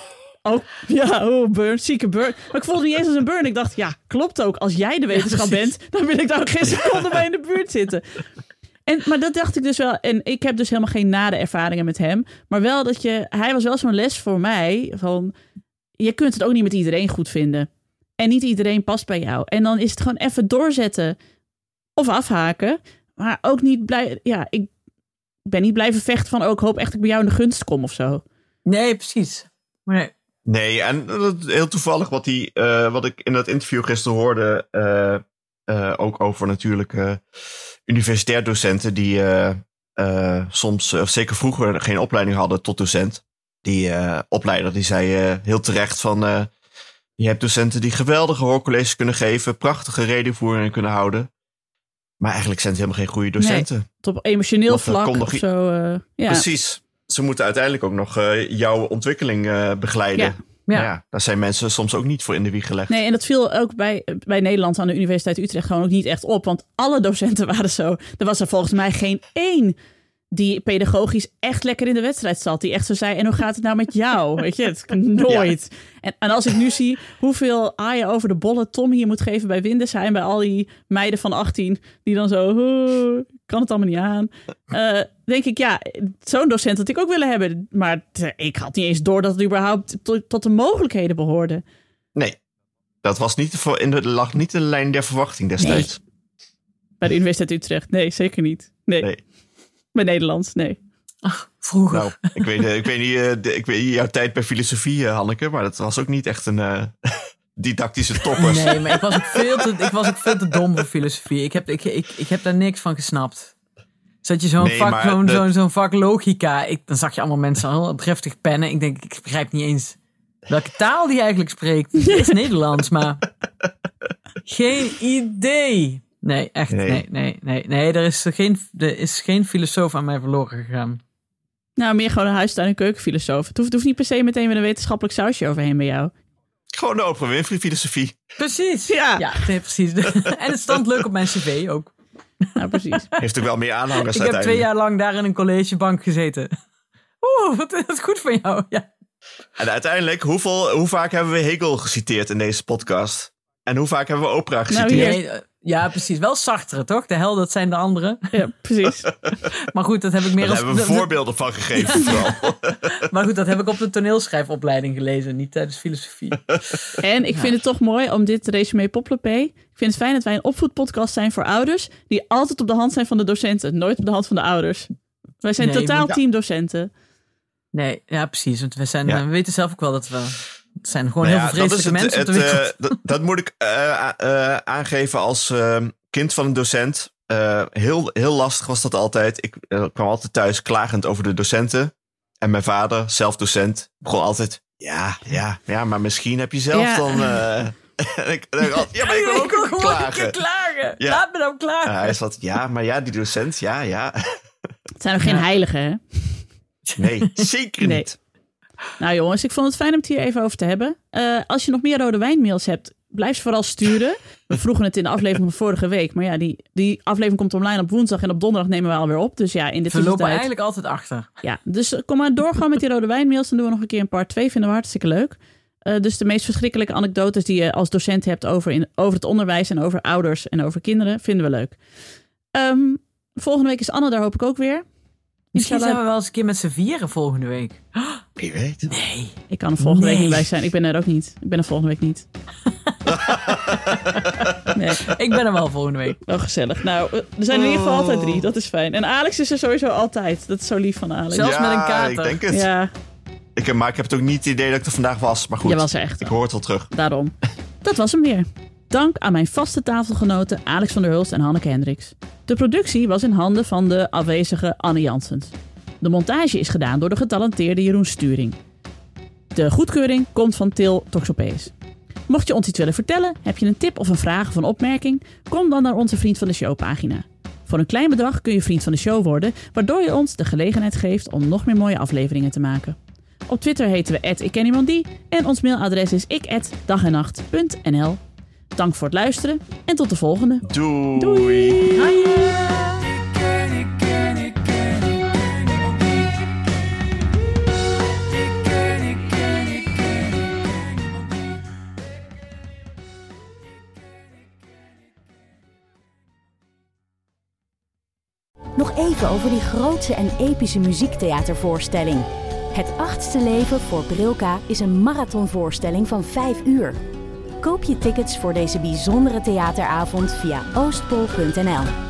burn, zieke burn. Maar ik voelde niet eens als een burn. Ik dacht, klopt ook. Als jij de wetenschap bent, dan wil ik daar ook geen seconde bij in de buurt zitten. Maar dat dacht ik dus wel. En ik heb dus helemaal geen nare ervaringen met hem. Maar wel hij was wel zo'n les voor mij. Van, je kunt het ook niet met iedereen goed vinden. En niet iedereen past bij jou. En dan is het gewoon even doorzetten. Of afhaken. Maar ook niet ik ben niet blijven vechten van... ik hoop echt dat ik bij jou in de gunst kom of zo.
Nee, precies. Maar
Nee, en heel toevallig wat ik in dat interview gisteren hoorde, ook over natuurlijk universitair docenten die soms, of zeker vroeger, geen opleiding hadden tot docent. Die opleider die zei heel terecht van, je hebt docenten die geweldige hoorcolleges kunnen geven, prachtige redenvoeringen kunnen houden. Maar eigenlijk zijn het helemaal geen goede docenten.
Nee, op emotioneel vlak of zo. Ja.
Precies. Ze moeten uiteindelijk ook nog jouw ontwikkeling begeleiden. Ja, daar zijn mensen soms ook niet voor in de wieg gelegd.
Nee, en dat viel ook bij Nederland aan de Universiteit Utrecht gewoon ook niet echt op. Want alle docenten waren zo. Er was er volgens mij geen één die pedagogisch echt lekker in de wedstrijd zat. Die echt zo zei, en hoe gaat het nou met jou? Weet je, het nooit. Ja. En als ik nu zie hoeveel aaien over de bolle Tommy je moet geven bij Windesheim, bij al die meiden van 18, die dan zo, kan het allemaal niet aan. Denk ik, ja, zo'n docent had ik ook willen hebben. Maar ik had niet eens door dat het überhaupt tot de mogelijkheden behoorde.
Nee, dat was lag niet in de lijn der verwachting destijds.
Nee. Bij de Universiteit Utrecht, nee, zeker niet. Nee. Bij Nederlands, nee.
Ach, vroeger.
Nou, ik weet niet jouw tijd bij filosofie, Hanneke, maar dat was ook niet echt een didactische topper.
Nee, maar ik was ook veel te dom voor filosofie. Ik heb daar niks van gesnapt. Zat je zo'n vak logica, dan zag je allemaal mensen al driftig pennen. Ik denk, ik begrijp niet eens welke taal die eigenlijk spreekt. Het is Nederlands, maar geen idee. Nee, echt. Nee. Er is geen filosoof aan mij verloren gegaan. Nou,
meer gewoon een huistuin- en keukenfilosoof. Het hoeft niet per se meteen met een wetenschappelijk sausje overheen bij jou.
Gewoon de Oprah Winfrey filosofie.
Precies. Ja, nee, precies. En het stond leuk op mijn cv ook.
Nou, precies.
Heeft ook wel meer aanhangers
Ik heb 2 jaar lang daar in een collegebank gezeten. Wat is goed van jou. Ja.
En uiteindelijk, hoe vaak hebben we Hegel geciteerd in deze podcast? En hoe vaak hebben we Oprah geciteerd?
Ja, precies. Wel Sartre, toch? De hel, dat zijn de anderen.
Ja, precies.
Maar goed, dat heb ik meer
Daar hebben we voorbeelden van gegeven vooral.
Maar goed, dat heb ik op de toneelschrijfopleiding gelezen, niet tijdens filosofie.
En ik vind het toch mooi om dit resume Poplepé. Ik vind het fijn dat wij een opvoedpodcast zijn voor ouders die altijd op de hand zijn van de docenten, nooit op de hand van de ouders. Wij zijn totaal team docenten.
Nee, ja, precies. Want we weten zelf ook wel dat we... Het zijn gewoon heel veel vreselijke mensen op de wereld.
Dat moet ik aangeven als kind van een docent. Heel lastig was dat altijd. Ik kwam altijd thuis klagend over de docenten. En mijn vader, zelf docent, begon altijd... Ja, maar misschien heb je zelf dan... ik wil ook klagen.
Ja. Laat me nou klagen.
Hij zat, die docent, ja.
Het zijn nog geen heiligen, hè?
Nee, zeker niet.
Nou jongens, ik vond het fijn om het hier even over te hebben. Als je nog meer rode wijnmails hebt, blijf ze vooral sturen. We vroegen het in de aflevering van vorige week. Maar ja, die aflevering komt online op woensdag en op donderdag nemen we alweer op. Dus ja, in de tussentijd...
We lopen eigenlijk altijd achter.
Ja, dus kom maar door gewoon met die rode wijnmails. Dan doen we nog een keer een part 2. Vinden we hartstikke leuk. Dus de meest verschrikkelijke anekdotes die je als docent hebt over het onderwijs en over ouders en over kinderen, vinden we leuk. Volgende week is Anne, daar hoop ik ook weer.
Misschien zijn we wel eens een keer met z'n vieren volgende week.
Wie weet.
Nee.
Ik kan er volgende week niet bij zijn. Ik ben er ook niet. Ik ben er volgende week niet.
Nee, ik ben er wel volgende week.
Wel gezellig. Nou, er zijn in ieder geval altijd 3. Dat is fijn. En Alex is er sowieso altijd. Dat is zo lief van Alex.
Zelfs met een kater.
Ik denk het.
Ja.
Maar ik heb het ook niet het idee dat ik er vandaag was. Maar goed,
je was er echt.
Ik hoor het wel terug.
Daarom. Dat was hem weer. Dank aan mijn vaste tafelgenoten Alex van der Hulst en Hanneke Hendricks. De productie was in handen van de afwezige Anne Janssens. De montage is gedaan door de getalenteerde Jeroen Sturing. De goedkeuring komt van Til Toxopees. Mocht je ons iets willen vertellen, heb je een tip of een vraag of een opmerking, kom dan naar onze Vriend van de Show pagina. Voor een klein bedrag kun je Vriend van de Show worden, waardoor je ons de gelegenheid geeft om nog meer mooie afleveringen te maken. Op Twitter heten we @ikkenniemandie en ons mailadres is ik@dagennacht.nl. Dank voor het luisteren en tot de volgende.
Doei.
Doei.
Nog even over die grootse en epische muziektheatervoorstelling. Het 8e leven voor Brilka is een marathonvoorstelling van 5 uur. Koop je tickets voor deze bijzondere theateravond via oostpol.nl.